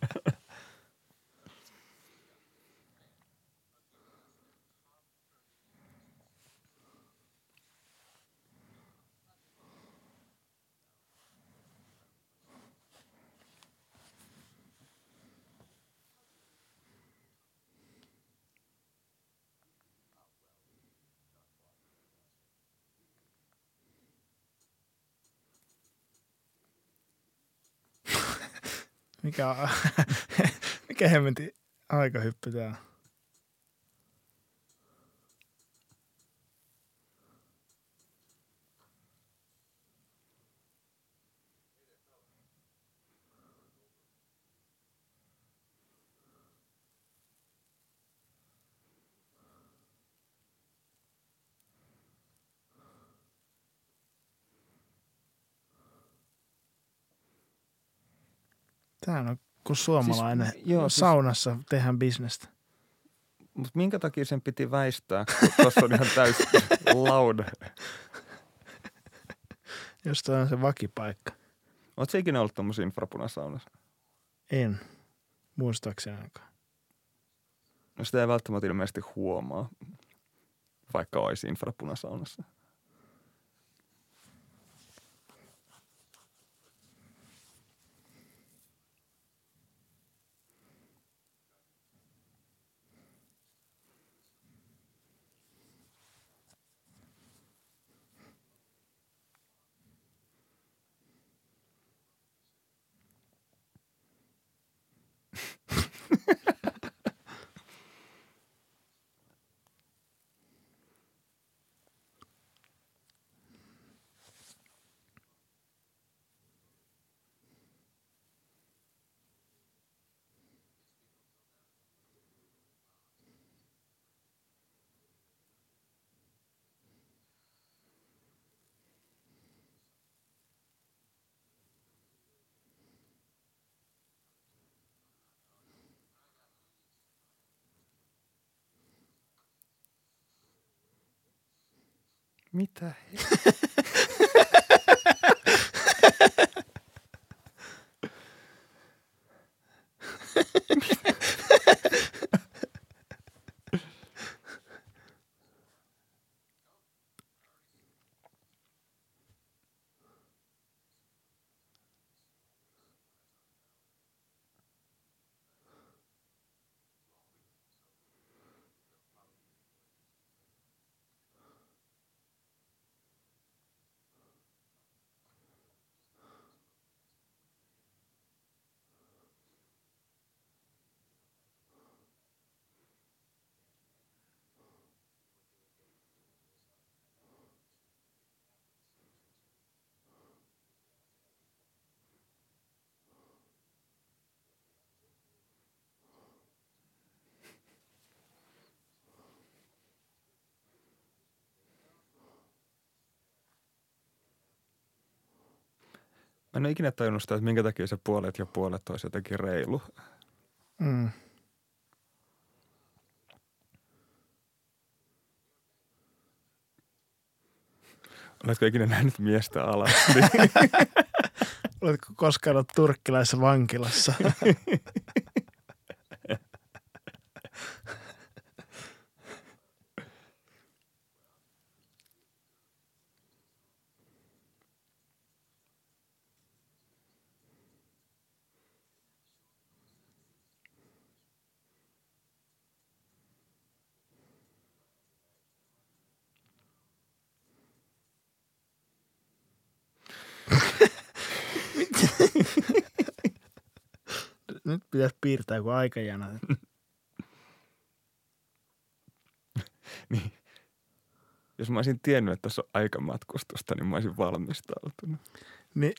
Mikä, on, mikä hemmetin aikahyppy tää on? Tää on kuin suomalainen. Siis, joo, saunassa siis tehdään bisnestä. Mutta minkä takia sen piti väistää, kun tuossa on ihan täysin lauda. Jos toi on se vakipaikka. Ootko ikinä ollut tuommoisessa infrapunasaunassa? En. Muistaakseni ainakaan. No sitä ei välttämättä ilmeisesti huomaa, vaikka olisi infrapunasaunassa. Mitä? Mä en ole ikinä tajunnut sitä, että minkä takia se puolet ja puolet olisi jotenkin reilu. Mm. Oletko ikinä nähnyt miestä alasti? Oletko koskaan ollut turkkilaisessa vankilassa? pitäisi piirtää joku aikajana. Niin. Jos mä olisin tiennyt, että tässä on aikamatkustusta, niin mä olisin valmistautunut. Niin.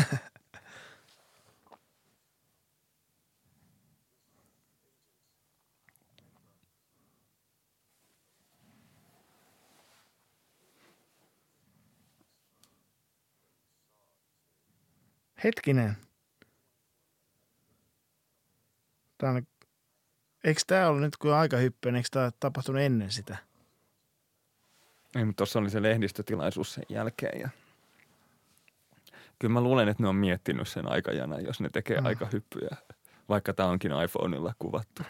Hetkinen. Tämä on, eikö tämä ollut nyt kun aikahyppyä, eikö tämä tapahtunut ennen sitä? Ei, mutta tuossa oli se lehdistötilaisuus sen jälkeen ja kyllä mä luulen, että ne on miettinyt sen aikajana, jos ne tekee mm. aikahyppyjä, vaikka tämä onkin iPhoneilla kuvattu.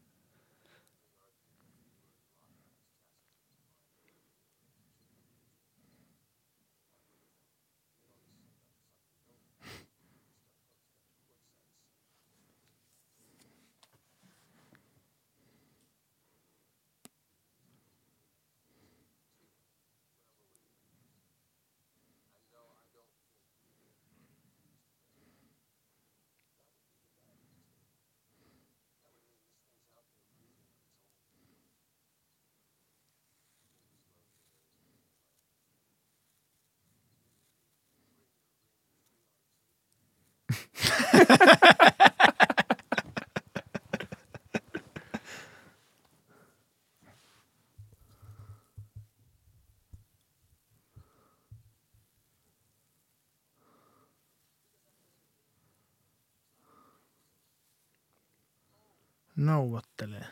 Neuvottelee.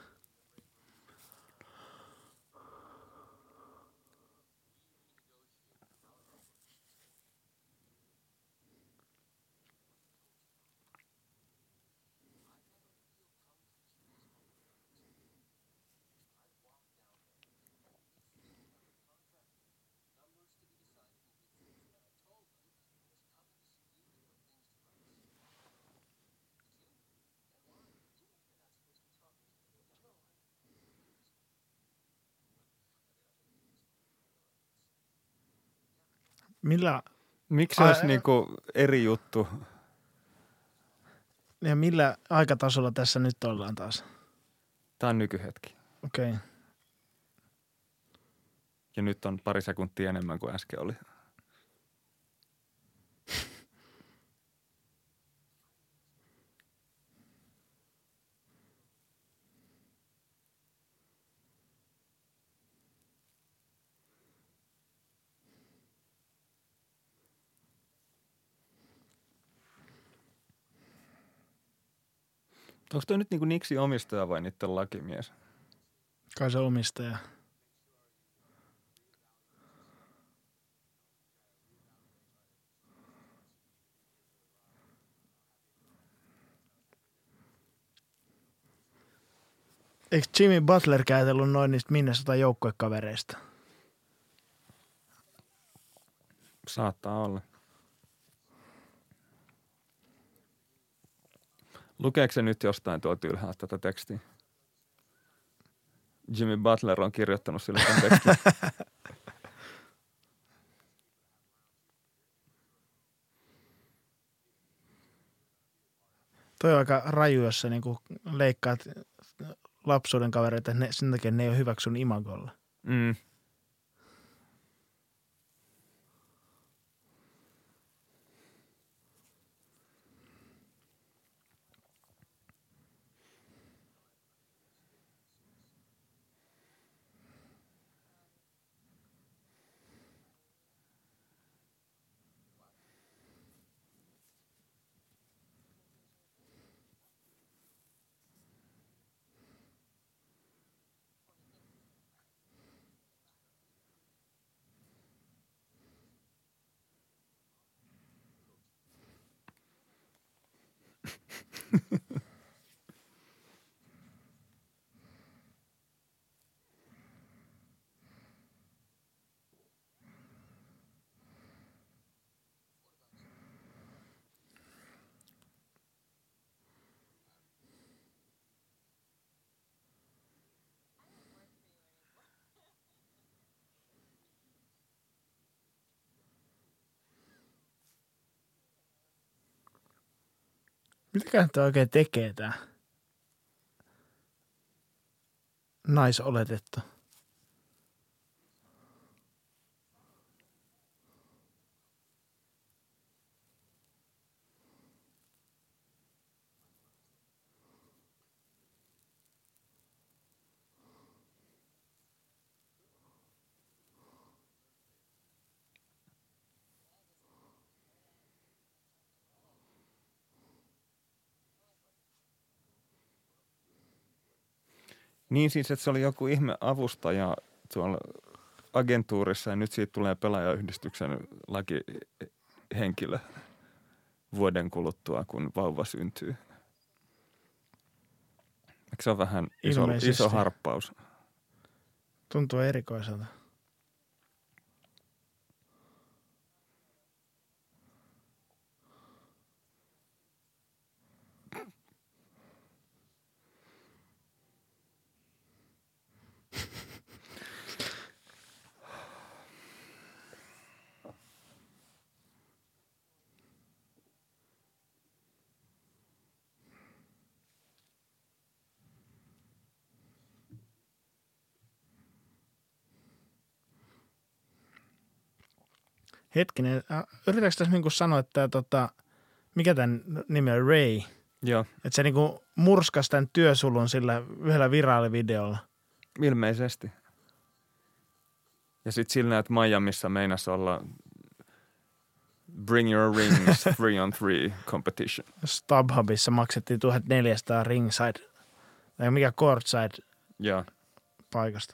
Millä, Miksi se olisi niinku eri juttu? Ja millä aikatasolla tässä nyt ollaan taas? Tämä on nykyhetki. Okei. Okay. Ja nyt on pari sekuntia enemmän kuin äsken oli. Onko toi nyt niinku Nixin omistaja vai niiden lakimies? Kai se omistaja. Eikö Jimmy Butler käytellyt noin niistä Minnesota joukkuekavereista? Saattaa olla. Lukeeko se nyt jostain tuolta ylhäältä tätä tekstiä? Jimmy Butler on kirjoittanut sille tämän tekstin. Toi on aika raju, jos sä niinku leikkaat lapsuuden kavereita, ne, sen takia ne ei ole hyvä sun imagolla. Mm. Mitäkään toi oikein tekee tää? naisoletettu. Niin siis, että se oli joku ihme avustaja tuolla agentuurissa ja nyt siitä tulee pelaajayhdistyksen lakihenkilö vuoden kuluttua, kun vauva syntyy. Eikö se ole vähän iso, iso harppaus? Tuntuu erikoiselta. Hetkinen, yritätkö tässä niin sanoa, että tota, mikä tämän nimi on, Ray? Joo. Että se niin murskasi tämän työsulun sillä yhdellä viraalivideolla. Ilmeisesti. Ja sitten sillä, että Miamiissa meinasi olla Bring Your Rings three on three competition. StubHubissa maksettiin tuhatneljäsataa ringside, tai mikä courtside Joo. paikasta.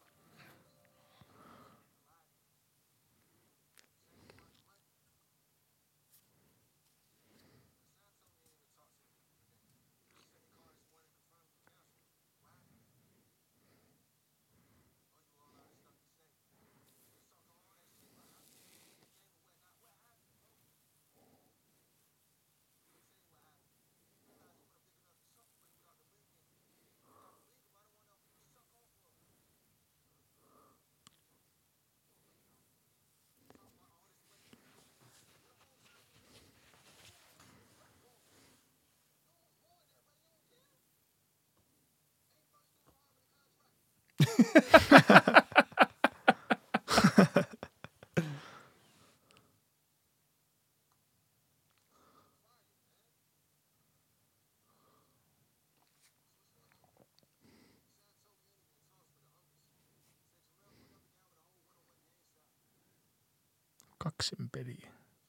Kaksin peliä.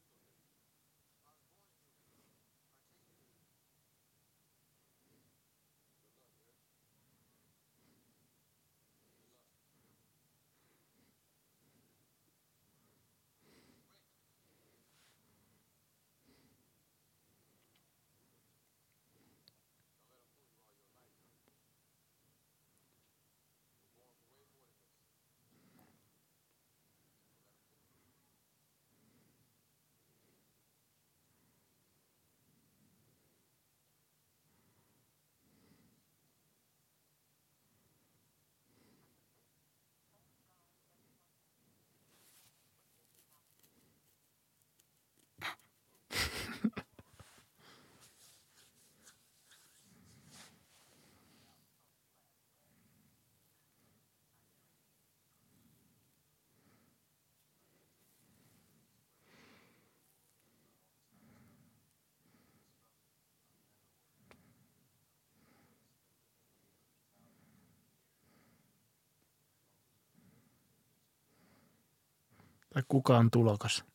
Tai kuka on tulokas?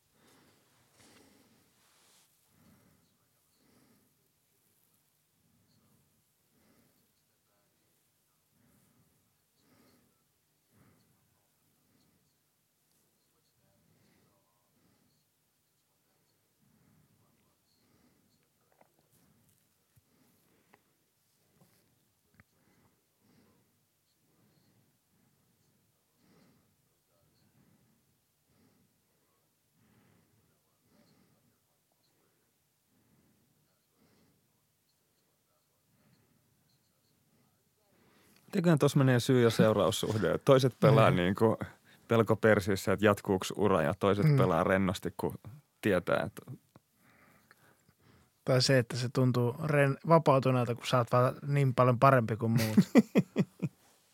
Teköhän tuossa menee syy- ja seuraussuhde. Toiset pelaa mm. niin kuin pelko persissä, että jatkuuko ura, ja toiset mm. pelaa rennosti, kun tietää, että... Tai se, että se tuntuu ren- vapautuneelta, kun sä oot vaan niin paljon parempi kuin muut.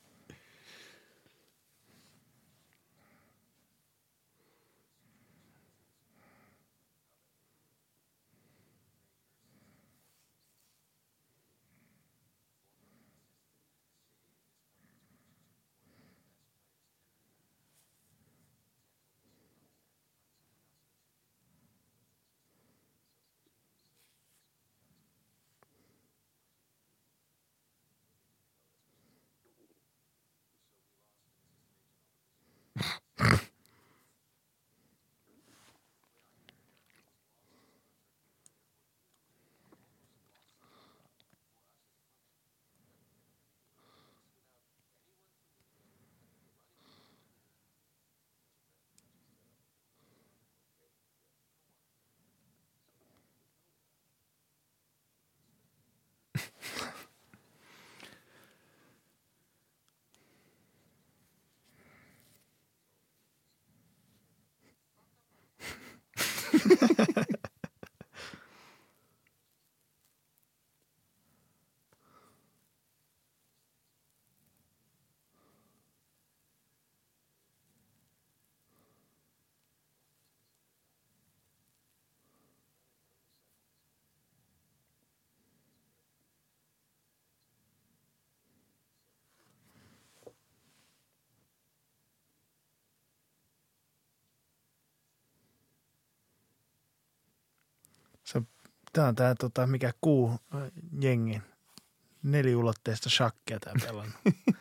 Se, tää on tää tota, mikä kuu jengi. Neliulotteista shakkia tää pelannut.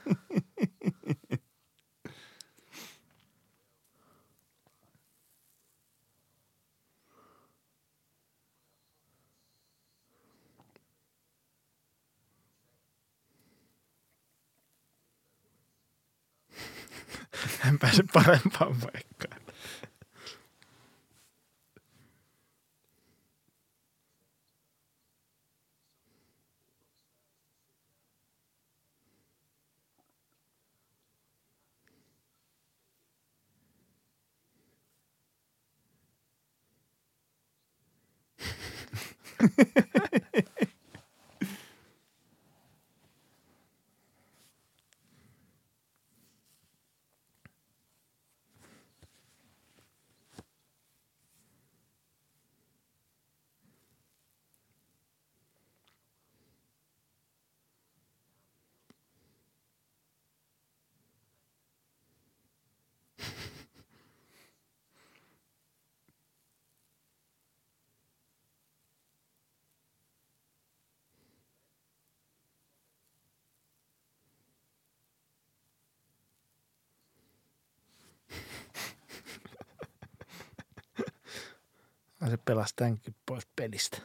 Hän pääse parempaan paikkaan. Se pelasi tämänkin pois pelistä.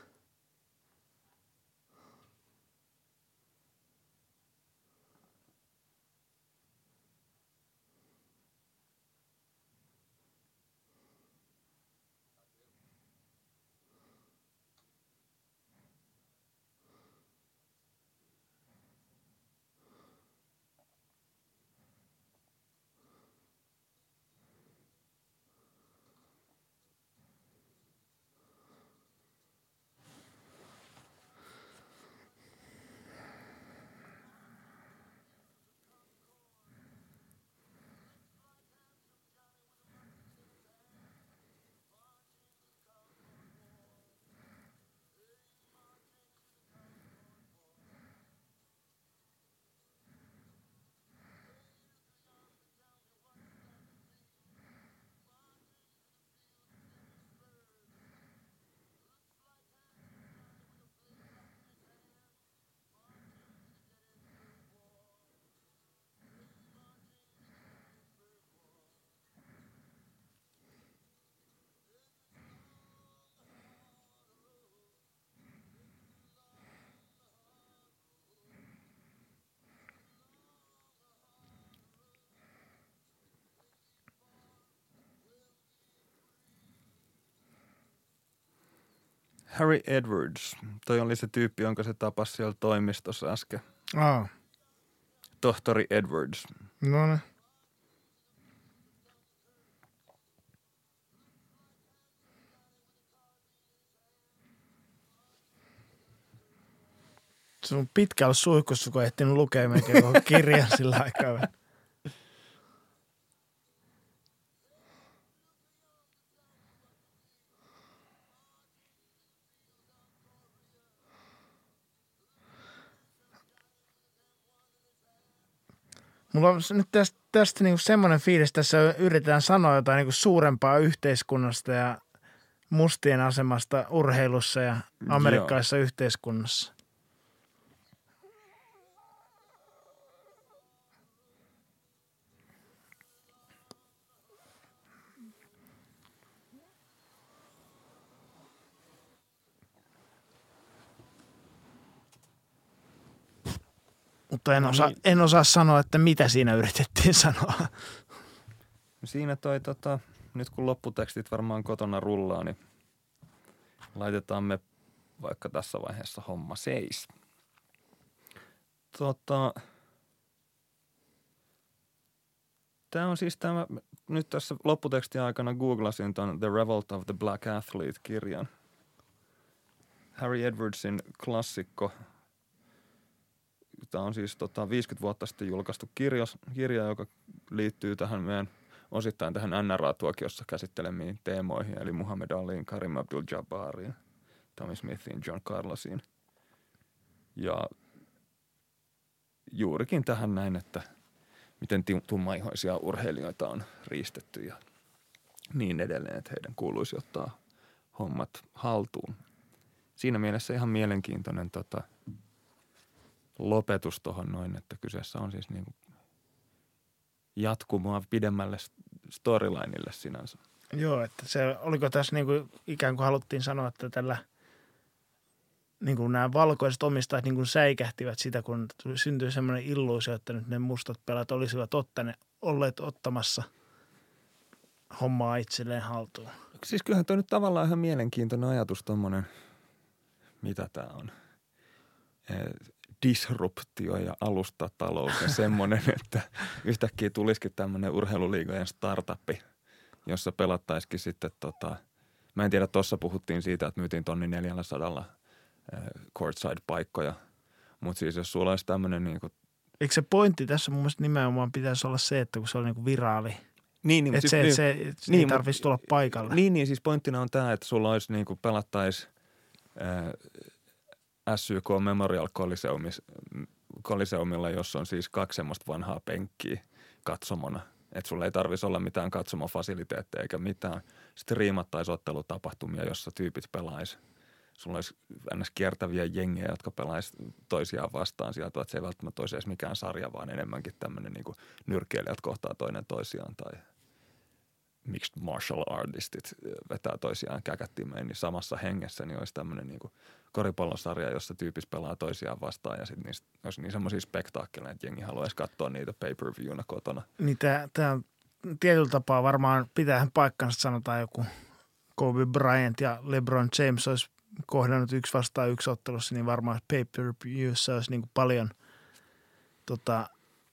Harry Edwards. Toi oli se tyyppi, jonka se tapasi siellä toimistossa äsken. Aa. Tohtori Edwards. No ne. Se on pitkä ollut suihkussa, kun ehtinyt lukea melkein koko kirjan sillä aikaa. Mulla on nyt tästä, tästä niinku semmoinen fiilis, että tässä yritetään sanoa jotain niinku suurempaa yhteiskunnasta ja mustien asemasta urheilussa ja amerikkalaisessa Joo. yhteiskunnassa. Mutta en, osaa, en osaa sanoa, että mitä siinä yritettiin sanoa. Siinä toi tota, nyt kun lopputekstit varmaan kotona rullaa, niin laitetaan me vaikka tässä vaiheessa homma seis. Tota, tämä on siis tämä, nyt tässä lopputekstin aikana googlasin ton The Revolt of the Black Athlete-kirjan. Harry Edwardsin klassikko. Tämä on siis tota, viisikymmentä vuotta sitten julkaistu kirjos, kirja, joka liittyy tähän meidän osittain tähän N R A-tuokiossa käsittelemiin teemoihin, eli Muhammad Aliin, Karim Abdul-Jabbariin, Tommy Smithiin, John Carlosiin. Ja juurikin tähän näin, että miten tummaihoisia urheilijoita on riistetty ja niin edelleen, että heidän kuuluisi ottaa hommat haltuun. Siinä mielessä ihan mielenkiintoinen tota, lopetus tuohon noin, että kyseessä on siis niinku jatkumoa pidemmälle storylineille sinänsä. Joo, että se, oliko tässä niinku, ikään kuin haluttiin sanoa, että tällä niin kuin nämä valkoiset omistajat niin kuin säikähtivät sitä, kun syntyi semmoinen illuusio, että nyt ne mustat pelaat olisivat ottane, olleet ottamassa hommaa itselleen haltuun. Siis kyllähän tuo nyt tavallaan ihan mielenkiintoinen ajatus tommonen, mitä tämä on, disruptio ja alustatalous ja semmoinen, että yhtäkkiä tulisikin tämmöinen urheiluliigojen startuppi, jossa pelattaisikin sitten tota, mä en tiedä, tuossa puhuttiin siitä, että myytiin tonni neljäsataa courtside-paikkoja, mutta siis jos sulla olisi tämmöinen niin kuin... Eikö se pointti tässä mun mielestä nimenomaan pitäisi olla se, että kun se on niin kuin viraali, niin, niin, että siis, se, niin, se, niin, se ei tarvitsisi tulla paikalle. Niin, niin, siis pointtina on tämä, että sulla olisi niin kuin pelattaisi äh, S Y K Memorial Coliseumilla, jossa on siis kaksi semmoista vanhaa penkkiä katsomona. Että sulla ei tarvitsisi olla mitään katsomofasiliteetteja eikä mitään. Sitten riimattaisiin ottelutapahtumia, jossa tyypit pelaisi. Sulla olisi ns. Kiertäviä jengejä, jotka pelaisi toisiaan vastaan sieltä, että se ei välttämättä olisi edes mikään sarja, vaan enemmänkin tämmöinen niin kuin nyrkkeilijät kohtaa toinen toisiaan tai mixed martial artistit vetää toisiaan käkättimeen, niin samassa hengessä niin olisi tämmöinen niin kuin koripallosarja, jossa tyypis pelaa toisiaan vastaan ja sitten niistä olisi niin semmoisia spektaakkeleja, että jengi haluaisi katsoa niitä pay-per-viewna kotona. Niin tämä on tietyllä tapaa varmaan pitäähän paikkansa, sanotaan joku Kobe Bryant ja LeBron James olisi kohdannut yksi vastaan yksi ottelussa, niin varmaan pay-per-viewssä olisi niin kuin paljon tota,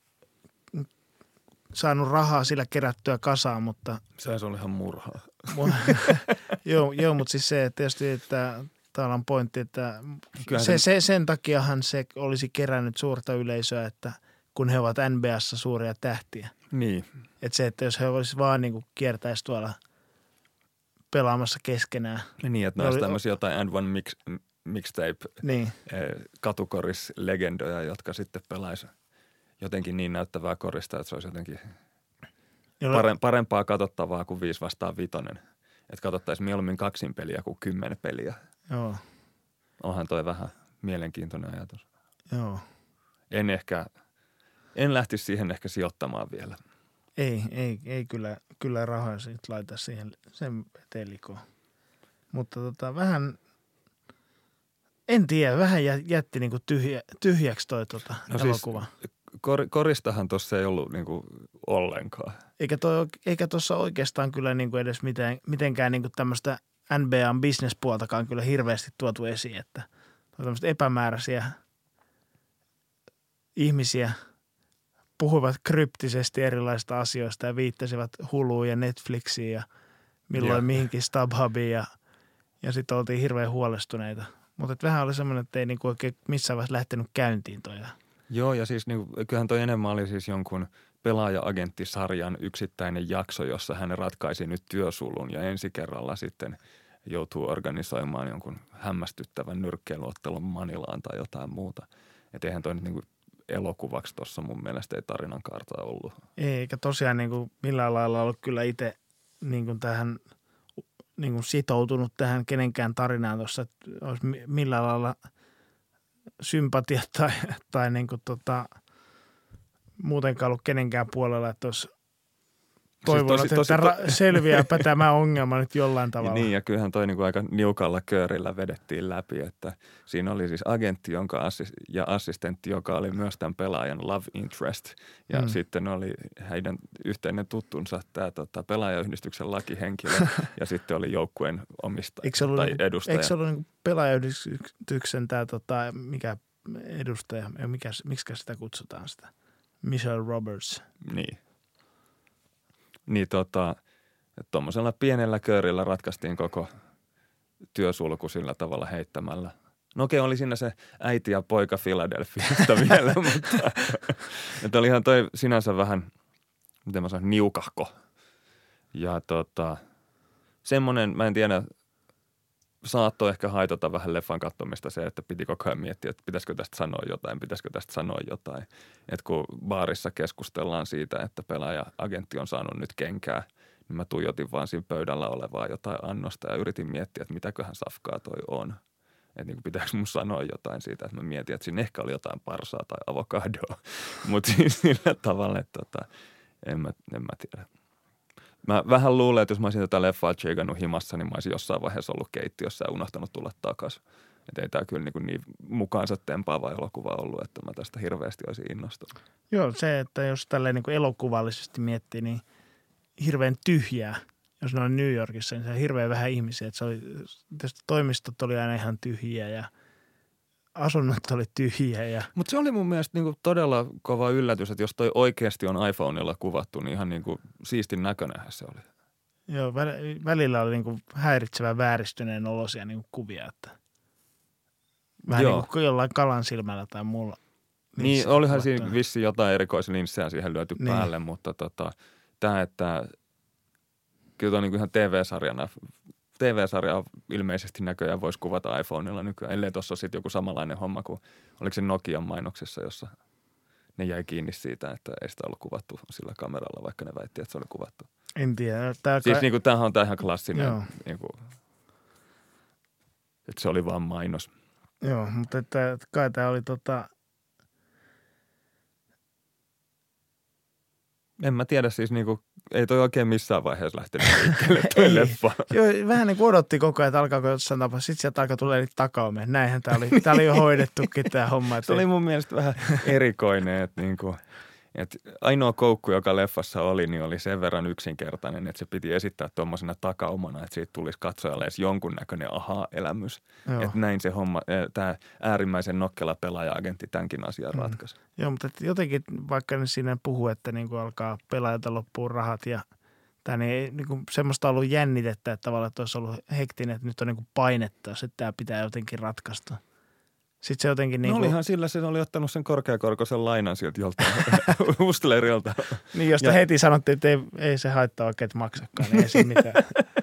saanut rahaa sillä kerättyä kasaan, mutta... Se olisi ollut ihan murhaa. joo, joo, mutta siis se tietysti, että täällä on pointti, että se, se, sen takiahan se olisi kerännyt suurta yleisöä, että kun he ovat N B A:ssa suuria tähtiä. Niin. Että se, että jos he olisivat vaan niin kuin kiertäisi tuolla pelaamassa keskenään. Niin, että ne olisi tämmöisiä jotain and one mix, mixtape niin. katukorislegendoja, jotka sitten pelaisi jotenkin niin näyttävää korista, että se olisi jotenkin parempaa katsottavaa kuin viisi vastaan vitonen. Että katsottaisiin mieluummin kaksin peliä kuin kymmenen peliä. Joo. Onhan toi vähän mielenkiintoinen ajatus. Joo. En ehkä, en lähtisi siihen ehkä sijoittamaan vielä. Ei, ei, ei kyllä, kyllä rahoja siitä laita siihen sen eteen likoon. Mutta tota, vähän, en tiedä, vähän jätti niinku tyhjä, tyhjäksi toi tota no elokuva. Siis, kor, koristahan tuossa ei ollut niinku ollenkaan. Eikä, toi, eikä tuossa oikeastaan kyllä niinku edes mitään, mitenkään niinku tämmöistä N B A:n business-puoltakaan kyllä hirveästi tuotu esiin, että on tämmöistä epämääräisiä ihmisiä puhuivat kryptisesti erilaisista asioista ja viittasivat Huluun ja Netflixiin ja milloin ja. mihinkin StubHubiin ja, ja sitten oltiin hirveän huolestuneita. Mutta vähän oli semmoinen, että ei niinku oikein missään vaiheessa lähtenyt käyntiin toi. Joo, ja siis niinku, kyllähän toi enemmän oli siis jonkun pelaaja-agenttisarjan yksittäinen jakso, jossa hän ratkaisi nyt työsulun ja ensi kerralla sitten joutuu organisoimaan jonkun hämmästyttävän nyrkkeilyottelun Manilaan tai jotain muuta. Että eihän toi nyt niinku elokuvaksi tuossa mun mielestä ei tarinan kaartaa ollut. Ei, eikä tosiaan niin kuin millään lailla ollut kyllä itse niin kuin tähän niin kuin sitoutunut tähän kenenkään tarinaan tuossa, että olisi millään lailla sympatia tai, tai niin kuin tota, muutenkaan ollut kenenkään puolella, että olisi toivonut, siis tosi, tosi, että to... selviääpä tämä ongelma nyt jollain tavalla. Ja niin, ja kyllähän toi niinku aika niukalla köörillä vedettiin läpi, että siinä oli siis agentti jonka assis- ja assistentti, joka oli myös tämän pelaajan love interest. Ja mm. sitten oli heidän yhteinen tuttunsa tämä tota, pelaajayhdistyksen lakihenkilö ja sitten oli joukkueen omistaja tai niin, edustaja. Eikö se ollut niin pelaajayhdistyksen tämä, tota, mikä edustaja, mikä, miksikä sitä kutsutaan sitä, Michelle Roberts. Niin. Niin tota, tuommoisella pienellä köörillä ratkaistiin koko työsulku sillä tavalla heittämällä. No okei, oli siinä se äiti ja poika Philadelphiasta vielä, mutta että oli ihan toi sinänsä vähän, miten mä sanon, niukahko. Ja tota, semmoinen, mä en tiedä, saattoi ehkä haitata vähän leffan katsomista se, että piti koko ajan miettiä, että pitäisikö tästä sanoa jotain, pitäisikö tästä sanoa jotain. Että kun baarissa keskustellaan siitä, että pelaaja-agentti on saanut nyt kenkää, niin mä tuijotin vaan siinä pöydällä olevaa jotain annosta ja yritin miettiä, että mitäköhän safkaa toi on. Että niin pitäisi mun sanoa jotain siitä, että mä mietin, että siinä ehkä oli jotain parsaa tai avokadoa. Mutta siis sillä tavalla, että tota, en, mä, en mä tiedä. Mä vähän luulen, että jos mä olisin tätä leffaa tseikannut himassa, niin mä olisin jossain vaiheessa ollut keittiössä ja unohtanut tulla takaisin. Että ei tää kyllä niin, niin mukaansa tempaava elokuva ollut, että mä tästä hirveästi olisin innostunut. Joo, se, että jos tälleen niin kuin elokuvallisesti miettii, niin hirveän tyhjää. Jos ne on New Yorkissa, niin se on hirveän vähän ihmisiä. Että se oli, tietysti toimistot oli aina ihan tyhjiä ja asunnot oli tyhjiä. Ja... Mutta se oli mun mielestä niinku todella kova yllätys, että jos toi oikeasti on iPhoneilla kuvattu, niin ihan niinku siistin näköinenhän se oli. Joo, välillä oli niinku häiritsevän vääristyneen olosia niinku kuvia, että vähän niin kuin jollain kalan silmällä tai muulla. Niin, olihan siinä vissiin jotain erikoislinssejä siihen lyöty niin päälle, mutta tota, tämä, että kyllä tuo niin ihan T V-sarjana, T V-sarja ilmeisesti näköjään voisi kuvata iPhoneilla nykyään, ellei tuossa ole sitten joku samanlainen homma kuin, oliko se Nokian mainoksessa, jossa ne jäi kiinni siitä, että ei sitä ollut kuvattu sillä kameralla, vaikka ne väitti, että se oli kuvattu. En tiedä. Tää siis kai... niin kuin, tämähän on tämä ihan klassinen, niin kuin, että se oli vaan mainos. Joo, mutta että kai tämä oli tota... En mä tiedä siis niinku, ei toi oikein missään vaiheessa lähtenyt liikkeelle toi leffa. Joo, vähän niin kuin odotti koko ajan, että alkaako jossain tapauksessa. Sitten sieltä alkaa tulla niitä takaumia. Näinhän tämä oli, tämä oli jo hoidettukin tämä homma. Se oli mun mielestä vähän erikoinen, että niinku, että ainoa koukku, joka leffassa oli, niin oli sen verran yksinkertainen, että se piti esittää tuommoisena takaumana, että siitä tulisi katsojalle edes jonkunnäköinen aha-elämys. Joo. Että näin se homma, tämä äärimmäisen nokkela pelaaja-agentti tämänkin asian mm. ratkaisi. Joo, mutta jotenkin vaikka ne siinä puhuu, että niin kuin alkaa pelaajalta loppuun rahat ja tämä niin, niin kuin semmoista on ollut jännitettä, että tavallaan että olisi ollut hektinen, että nyt on niin kuin painetta, että tämä pitää jotenkin ratkaista. Sitten se jotenkin niin no kuin... olihan sillä, se oli ottanut sen korkeakorkoisen lainan sieltä joltain Hustlerilta. Niin, josta ja... heti sanottiin, että ei, ei se haittaa oikein, että maksakaan, niin ei se mitään.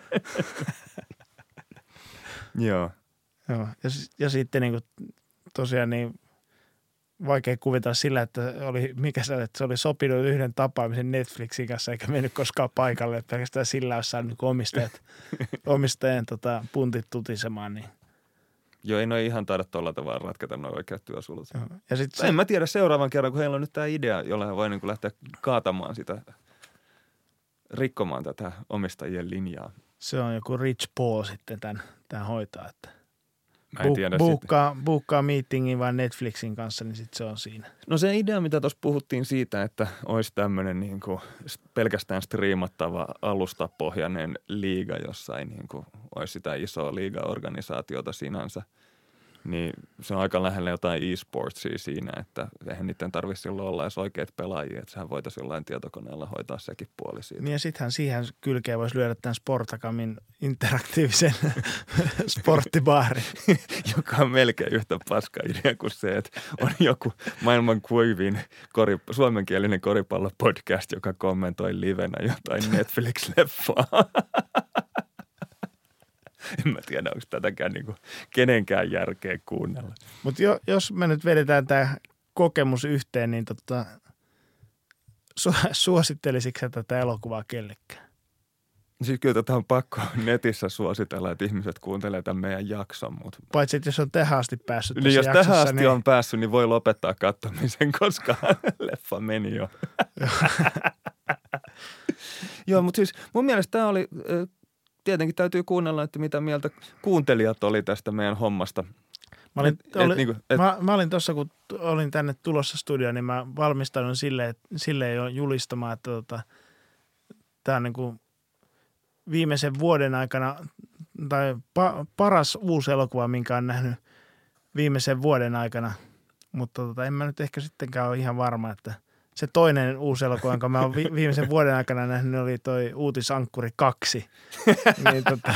Joo. Joo, ja, ja sitten niin kuin tosiaan niin vaikea kuvitella sillä, että oli, mikä se, että se oli sopinut yhden tapaamisen Netflixin kanssa eikä mennyt koskaan paikalle, että pelkästään sillä olisi saanut niin omistajat, omistajien tota, puntit tutisemaan, niin joo, ei noin ihan taida tuolla tavalla ratketa noin oikeat työsulut. Ja sit se... En mä tiedä seuraavan kerran, kun heillä on nyt tämä idea, jolla he voi niin kuin lähteä kaatamaan sitä, rikkomaan tätä omistajien linjaa. Se on joku Rich Paul sitten tämän, tämän hoitaa, että mä en tiedä buukkaa, buukkaa meetingin vaan Netflixin kanssa, niin sitten se on siinä. No se idea, mitä tuossa puhuttiin siitä, että olisi tämmöinen niin kuin pelkästään striimattava alustapohjainen liiga, jossa ei niin kuin olisi sitä isoa liigaorganisaatiota sinänsä, niin se on aika lähellä jotain e-sportsia siinä, että eihän niiden tarvitse silloin olla edes oikeat pelaajia, että sehän voitaisiin jollain tietokoneella hoitaa sekin puoli siitä. Niin ja sittenhän siihen kylkeen voisi lyödä tämän Sportakamin interaktiivisen sporttibaarin. Joka on melkein yhtä paska idea kuin se, että on joku maailman kuivin kori, suomenkielinen koripallopodcast, joka kommentoi livenä jotain Netflix-leffaa. En mä tiedä, onko tätäkään niinku kenenkään järkeä kuunnella. Mutta jo, jos me nyt vedetään tämä kokemus yhteen, niin tota, su- suosittelisitko tätä elokuvaa kellekään? Siis kyllä tätä on pakko netissä suositella, että ihmiset kuuntelee tämän meidän jakson. Mutta... Paitsi, että jos on tähän asti päässyt niin jos jaksossa, tähän asti niin... on päässyt, niin voi lopettaa katsomisen, koska leffa meni jo. Joo, mutta siis mun mielestä tämä oli... Tietenkin täytyy kuunnella, että mitä mieltä kuuntelijat oli tästä meidän hommasta. Mä olin, et, oli, et, niin kuin, et, mä, mä olin tuossa, kun olin tänne tulossa studioon, niin mä valmistaudun silleen, silleen jo julistamaan, että tota, tämä on niin kuin viimeisen vuoden aikana, tai pa, paras uusi elokuva, minkä olen nähnyt viimeisen vuoden aikana. mutta tota, en mä nyt ehkä sittenkään ole ihan varma, että se toinen uusi elokuva, jonka mä oon vi- viimeisen vuoden aikana nähnyt, oli toi Uutisankkuri kaksi. niin, tota,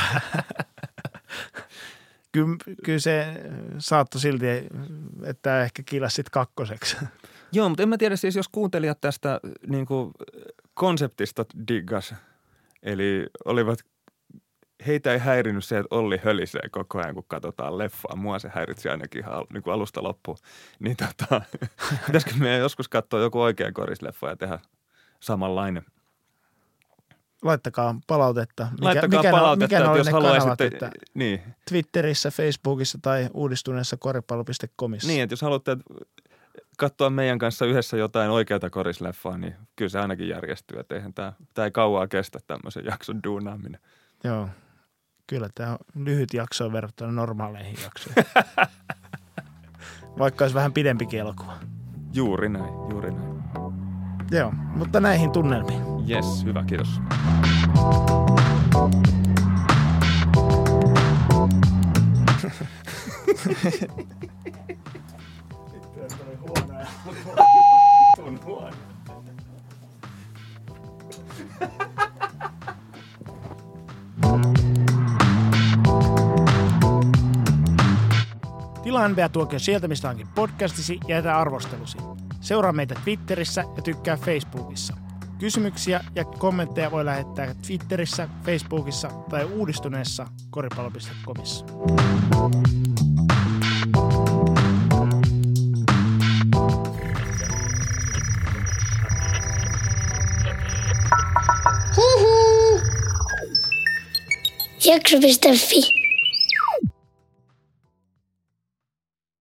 kyllä, kyllä se saattoi silti, että ehkä kilasi sit kakkoseksi. Joo, mutta en mä tiedä siis, jos kuuntelijat tästä niin kuin konseptista diggas, eli olivat, heitä ei häirinyt se, että Olli hölisee koko ajan, kun katsotaan leffaa. Mua se häiritsi ainakin ihan niin kuin alusta loppuun. Niin tota, pitäisikö meidän joskus katsoa joku oikea korisleffa ja tehdä samanlainen? Laittakaa palautetta. Mikä, Laittakaa mikä palautetta, mikä että jos haluaisitte, että niin. Twitterissä, Facebookissa tai uudistuneessa koripallo piste comissa. Niin, että jos haluatte katsoa meidän kanssa yhdessä jotain oikeata korisleffaa, niin kyllä se ainakin järjestyy. Että eihän tämä, tämä ei kauaa kestä tämmöisen jakson duunaaminen. Joo, kyllä tämä on lyhyt jakso verrattuna normaaleihin jaksoihin. Vaikka olisi vähän pidempikin elokuva. Juuri näin, juuri näin. Joo, mutta näihin tunnelmiin. Jes, hyvä, kiitos. On huono. Tilaa N B A-tuokio sieltä, mistä onkin podcastisi ja jätä arvostelusi. Seuraa meitä Twitterissä ja tykkää Facebookissa. Kysymyksiä ja kommentteja voi lähettää Twitterissä, Facebookissa tai uudistuneessa koripallo piste comissa. Jakso piste fi